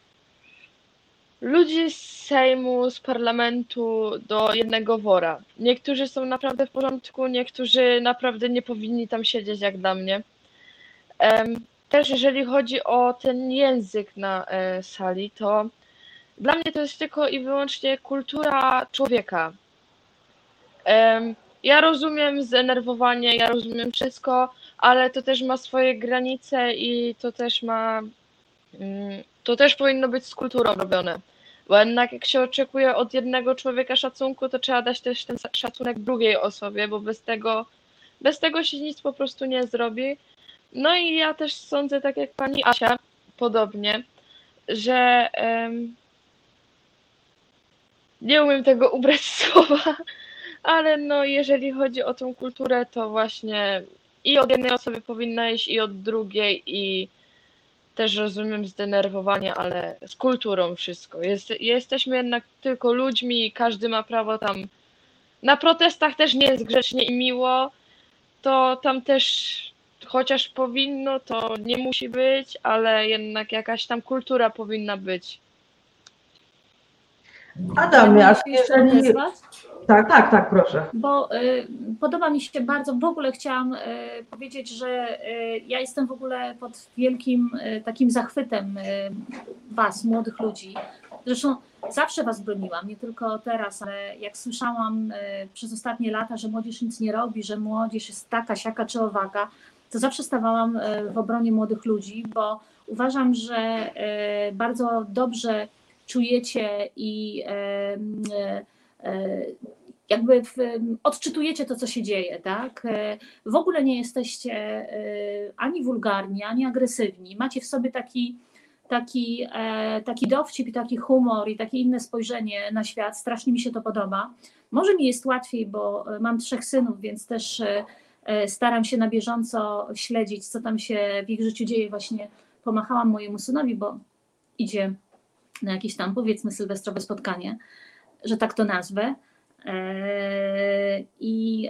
ludzi z Sejmu, z parlamentu do jednego wora. Niektórzy są naprawdę w porządku, niektórzy naprawdę nie powinni tam siedzieć, jak dla mnie. Um, też jeżeli chodzi o ten język na e, sali, to dla mnie to jest tylko i wyłącznie kultura człowieka. Um, ja rozumiem zdenerwowanie, ja rozumiem wszystko, ale to też ma swoje granice i to też ma, um, to też powinno być z kulturą robione. Bo jednak jak się oczekuje od jednego człowieka szacunku, to trzeba dać też ten szacunek drugiej osobie, bo bez tego Bez tego się nic po prostu nie zrobi. No i ja też sądzę, tak jak pani Asia, podobnie, że em, nie umiem tego ubrać w słowa, ale no jeżeli chodzi o tą kulturę, to właśnie i od jednej osoby powinna iść, i od drugiej, i też rozumiem zdenerwowanie, ale z kulturą wszystko. Jest, jesteśmy jednak tylko ludźmi i każdy ma prawo tam. Na protestach też nie jest grzecznie i miło, to tam też chociaż powinno, to nie musi być, ale jednak jakaś tam kultura powinna być. Adamie, a Mogę się jeszcze jeżeli... odezwać? Tak, tak, tak, proszę. Bo y, podoba mi się bardzo, w ogóle chciałam y, powiedzieć, że y, ja jestem w ogóle pod wielkim y, takim zachwytem y, was, młodych ludzi. Zresztą zawsze was broniłam, nie tylko teraz, ale jak słyszałam y, przez ostatnie lata, że młodzież nic nie robi, że młodzież jest taka, siaka czy owaka, to zawsze stawałam y, w obronie młodych ludzi, bo uważam, że y, bardzo dobrze czujecie i y, y, y, jakby w, odczytujecie to, co się dzieje, tak? W ogóle nie jesteście ani wulgarni, ani agresywni. Macie w sobie taki, taki, taki dowcip i taki humor i takie inne spojrzenie na świat. Strasznie mi się to podoba. Może mi jest łatwiej, bo mam trzech synów, więc też staram się na bieżąco śledzić, co tam się w ich życiu dzieje. Właśnie pomachałam mojemu synowi, bo idzie na jakieś tam, powiedzmy, sylwestrowe spotkanie, że tak to nazwę. I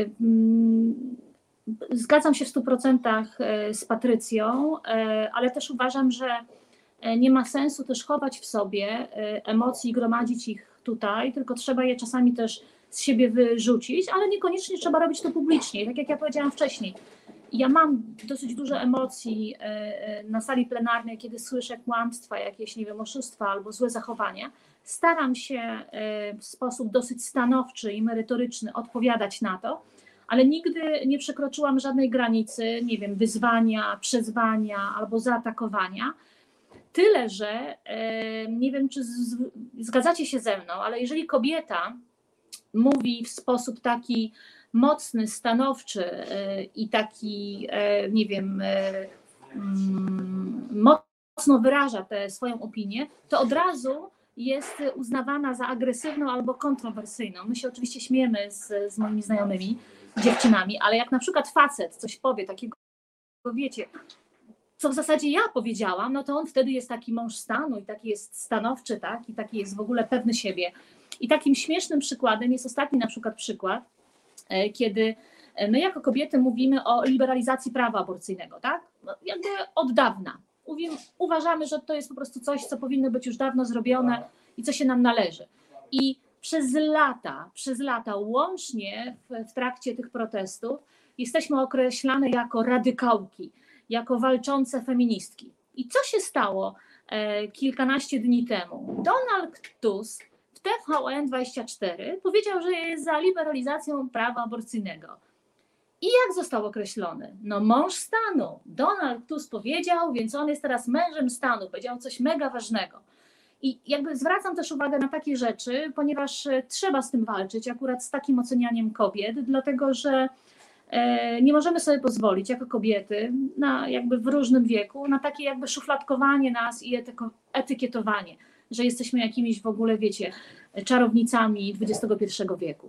zgadzam się w stu procentach z Patrycją, ale też uważam, że nie ma sensu też chować w sobie emocji, gromadzić ich tutaj, tylko trzeba je czasami też z siebie wyrzucić, ale niekoniecznie trzeba robić to publicznie. Tak jak ja powiedziałam wcześniej, ja mam dosyć dużo emocji na sali plenarnej, kiedy słyszę kłamstwa, jakieś, nie wiem, oszustwa albo złe zachowania. Staram się w sposób dosyć stanowczy i merytoryczny odpowiadać na to, ale nigdy nie przekroczyłam żadnej granicy, nie wiem, wyzwania, przezwania albo zaatakowania. Tyle, że nie wiem, czy zgadzacie się ze mną, ale jeżeli kobieta mówi w sposób taki mocny, stanowczy i taki, nie wiem, mocno wyraża tę swoją opinię, to od razu jest uznawana za agresywną albo kontrowersyjną. My się oczywiście śmiejemy z, z moimi znajomymi, dziewczynami, ale jak na przykład facet coś powie takiego, wiecie, co w zasadzie ja powiedziałam, no to on wtedy jest taki mąż stanu i taki jest stanowczy, tak? I taki jest w ogóle pewny siebie. I takim śmiesznym przykładem jest ostatni na przykład przykład, kiedy my jako kobiety mówimy o liberalizacji prawa aborcyjnego, tak? No, jakby od dawna. Uważamy, że to jest po prostu coś, co powinno być już dawno zrobione i co się nam należy. I przez lata, przez lata, łącznie w, w trakcie tych protestów, jesteśmy określane jako radykałki, jako walczące feministki. I co się stało e, kilkanaście dni temu? Donald Tusk w T V N dwadzieścia cztery powiedział, że jest za liberalizacją prawa aborcyjnego. I jak został określony? No mąż stanu. Donald Tusk powiedział, więc on jest teraz mężem stanu. Powiedział coś mega ważnego. I jakby zwracam też uwagę na takie rzeczy, ponieważ trzeba z tym walczyć, akurat z takim ocenianiem kobiet, dlatego że nie możemy sobie pozwolić jako kobiety na jakby w różnym wieku na takie jakby szufladkowanie nas i etykietowanie, że jesteśmy jakimiś w ogóle, wiecie, czarownicami dwudziestego pierwszego wieku.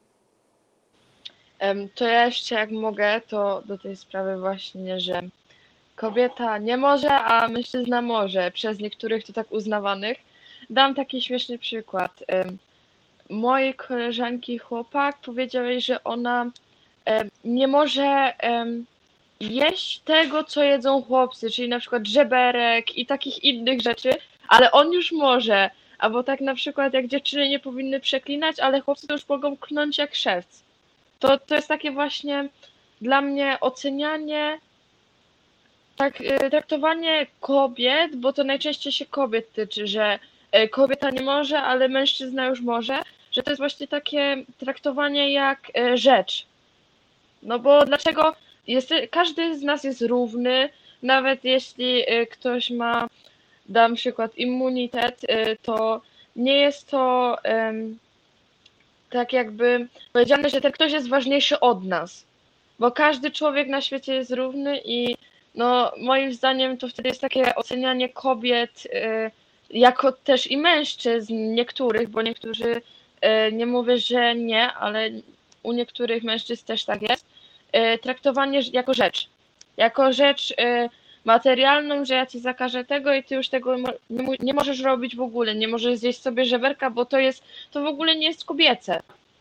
To ja jeszcze jak mogę, to do tej sprawy właśnie, że kobieta nie może, a mężczyzna może, przez niektórych to tak uznawanych. Dam taki śmieszny przykład. Mojej koleżanki chłopak powiedział jej, że ona nie może jeść tego, co jedzą chłopcy, czyli na przykład żeberek i takich innych rzeczy, ale on już może. Albo tak na przykład jak dziewczyny nie powinny przeklinać, ale chłopcy to już mogą klnąć jak szewc. To, to jest takie właśnie dla mnie ocenianie, tak, traktowanie kobiet, bo to najczęściej się kobiet tyczy, że kobieta nie może, ale mężczyzna już może, że to jest właśnie takie traktowanie jak rzecz. No bo dlaczego jest, każdy z nas jest równy, nawet jeśli ktoś ma, dam przykład, immunitet, to nie jest to um, tak jakby powiedziane, że ten ktoś jest ważniejszy od nas. bo każdy człowiek na świecie jest równy i no moim zdaniem to wtedy jest takie ocenianie kobiet y, jako też i mężczyzn niektórych, bo niektórzy, y, nie mówię, że nie, ale u niektórych mężczyzn też tak jest, y, traktowanie jako rzecz, jako rzecz y, materialną, że ja ci zakażę tego i ty już tego nie, nie możesz robić w ogóle, nie możesz zjeść sobie żeberka, bo to jest, to w ogóle nie jest kobiece.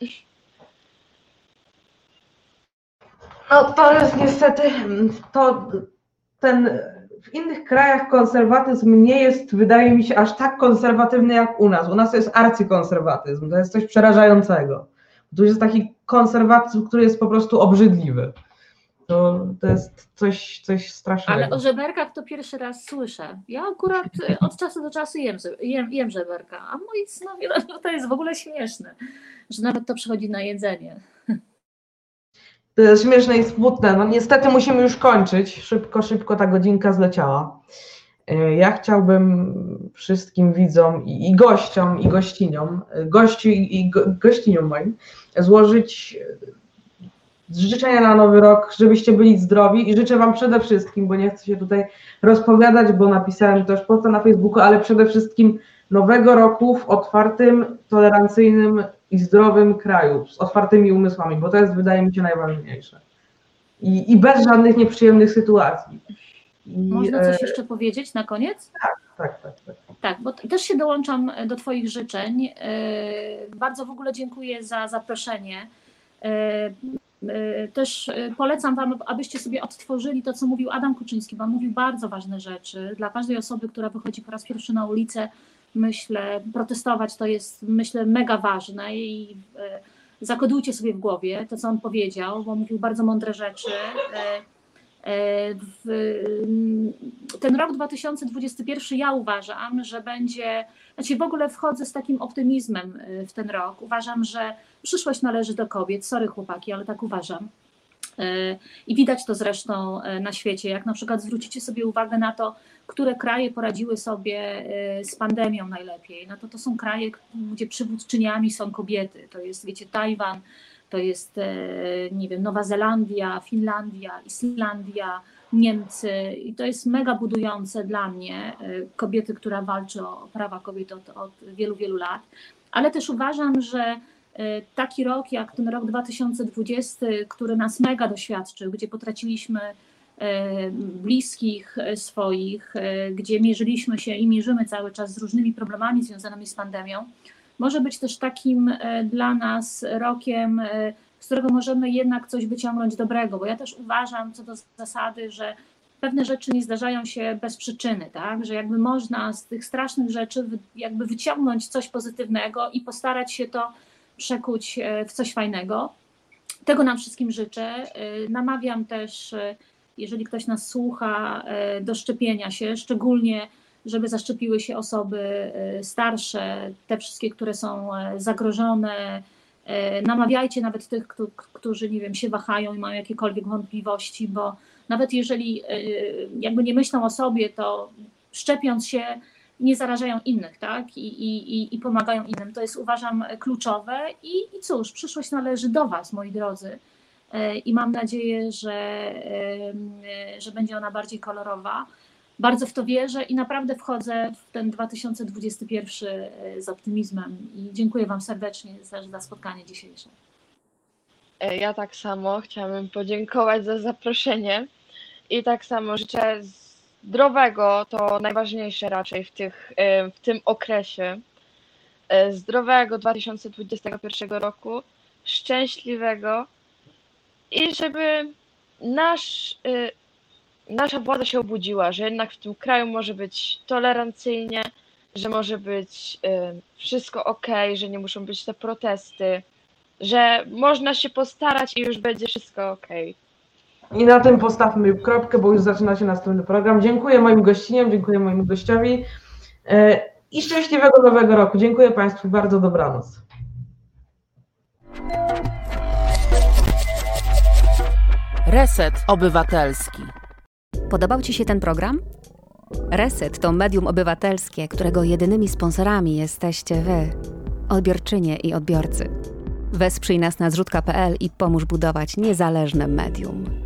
No to jest niestety, to ten w innych krajach konserwatyzm nie jest, wydaje mi się, aż tak konserwatywny jak u nas. U nas to jest arcykonserwatyzm, to jest coś przerażającego. Tu jest taki konserwatyzm, który jest po prostu obrzydliwy. To, to jest coś, coś strasznego. Ale o żeberkach to pierwszy raz słyszę. Ja akurat od czasu do czasu jem, jem, jem żeberka, a moi synowie, no to jest w ogóle śmieszne, że nawet to przychodzi na jedzenie. To jest śmieszne i smutne. No niestety musimy już kończyć. Szybko, szybko ta godzinka zleciała. Ja chciałbym wszystkim widzom i, i gościom, i gościniom, gości i go, gościniom moim złożyć życzenia na nowy rok, żebyście byli zdrowi i życzę wam przede wszystkim, bo nie chcę się tutaj rozpowiadać, bo napisałem też posta na Facebooku, ale przede wszystkim nowego roku w otwartym, tolerancyjnym i zdrowym kraju, z otwartymi umysłami, bo to jest, wydaje mi się, najważniejsze. I, i bez żadnych nieprzyjemnych sytuacji. I, Można coś jeszcze powiedzieć na koniec? Tak, tak, tak. Tak, tak bo też się dołączam do twoich życzeń. Bardzo w ogóle dziękuję za zaproszenie. Też polecam wam, abyście sobie odtworzyli to, co mówił Adam Kuczyński, bo on mówił bardzo ważne rzeczy. Dla każdej osoby, która wychodzi po raz pierwszy na ulicę, myślę, protestować to jest, myślę, mega ważne i zakodujcie sobie w głowie to, co on powiedział, bo mówił bardzo mądre rzeczy. Ten rok dwa tysiące dwudziesty pierwszy ja uważam, że będzie, znaczy w ogóle wchodzę z takim optymizmem w ten rok. Uważam, że przyszłość należy do kobiet, sorry chłopaki, ale tak uważam. I widać to zresztą na świecie, jak na przykład zwrócicie sobie uwagę na to, które kraje poradziły sobie z pandemią najlepiej, no to to są kraje, gdzie przywódczyniami są kobiety, to jest, wiecie, Tajwan, to jest, nie wiem, Nowa Zelandia, Finlandia, Islandia, Niemcy i to jest mega budujące dla mnie, kobiety, która walczy o prawa kobiet od, od wielu, wielu lat, ale też uważam, że taki rok jak ten rok dwa tysiące dwudziesty, który nas mega doświadczył, gdzie potraciliśmy bliskich swoich, gdzie mierzyliśmy się i mierzymy cały czas z różnymi problemami związanymi z pandemią, może być też takim dla nas rokiem, z którego możemy jednak coś wyciągnąć dobrego, bo ja też uważam co do zasady, że pewne rzeczy nie zdarzają się bez przyczyny, tak? Że jakby można z tych strasznych rzeczy jakby wyciągnąć coś pozytywnego i postarać się to przekuć w coś fajnego. Tego nam wszystkim życzę. Namawiam też, jeżeli ktoś nas słucha, do szczepienia się, szczególnie żeby zaszczepiły się osoby starsze, te wszystkie, które są zagrożone. Namawiajcie nawet tych, którzy, nie wiem, się wahają i mają jakiekolwiek wątpliwości, bo nawet jeżeli jakby nie myślą o sobie, to szczepiąc się nie zarażają innych, tak? I, i, i pomagają innym. To jest, uważam, kluczowe i, i cóż, przyszłość należy do was, moi drodzy. I mam nadzieję, że, że będzie ona bardziej kolorowa. Bardzo w to wierzę i naprawdę wchodzę w ten dwa tysiące dwudziesty pierwszy z optymizmem i dziękuję wam serdecznie za, za spotkanie dzisiejsze. Ja tak samo chciałabym podziękować za zaproszenie i tak samo życzę zdrowego, to najważniejsze raczej w, tych, w tym okresie, zdrowego dwa tysiące dwudziestego pierwszego roku, szczęśliwego i żeby nasz, nasza władza się obudziła, że jednak w tym kraju może być tolerancyjnie, że może być wszystko okej, że nie muszą być te protesty, że można się postarać i już będzie wszystko okej. I na tym postawmy kropkę, bo już zaczyna się następny program. Dziękuję moim gościniom, dziękuję mojemu gościowi i szczęśliwego nowego roku. Dziękuję Państwu, bardzo dobranoc. Reset Obywatelski. Podobał Ci się ten program? Reset to medium obywatelskie, którego jedynymi sponsorami jesteście Wy, odbiorczynie i odbiorcy. Wesprzyj nas na zrzutka kropka pe el i pomóż budować niezależne medium.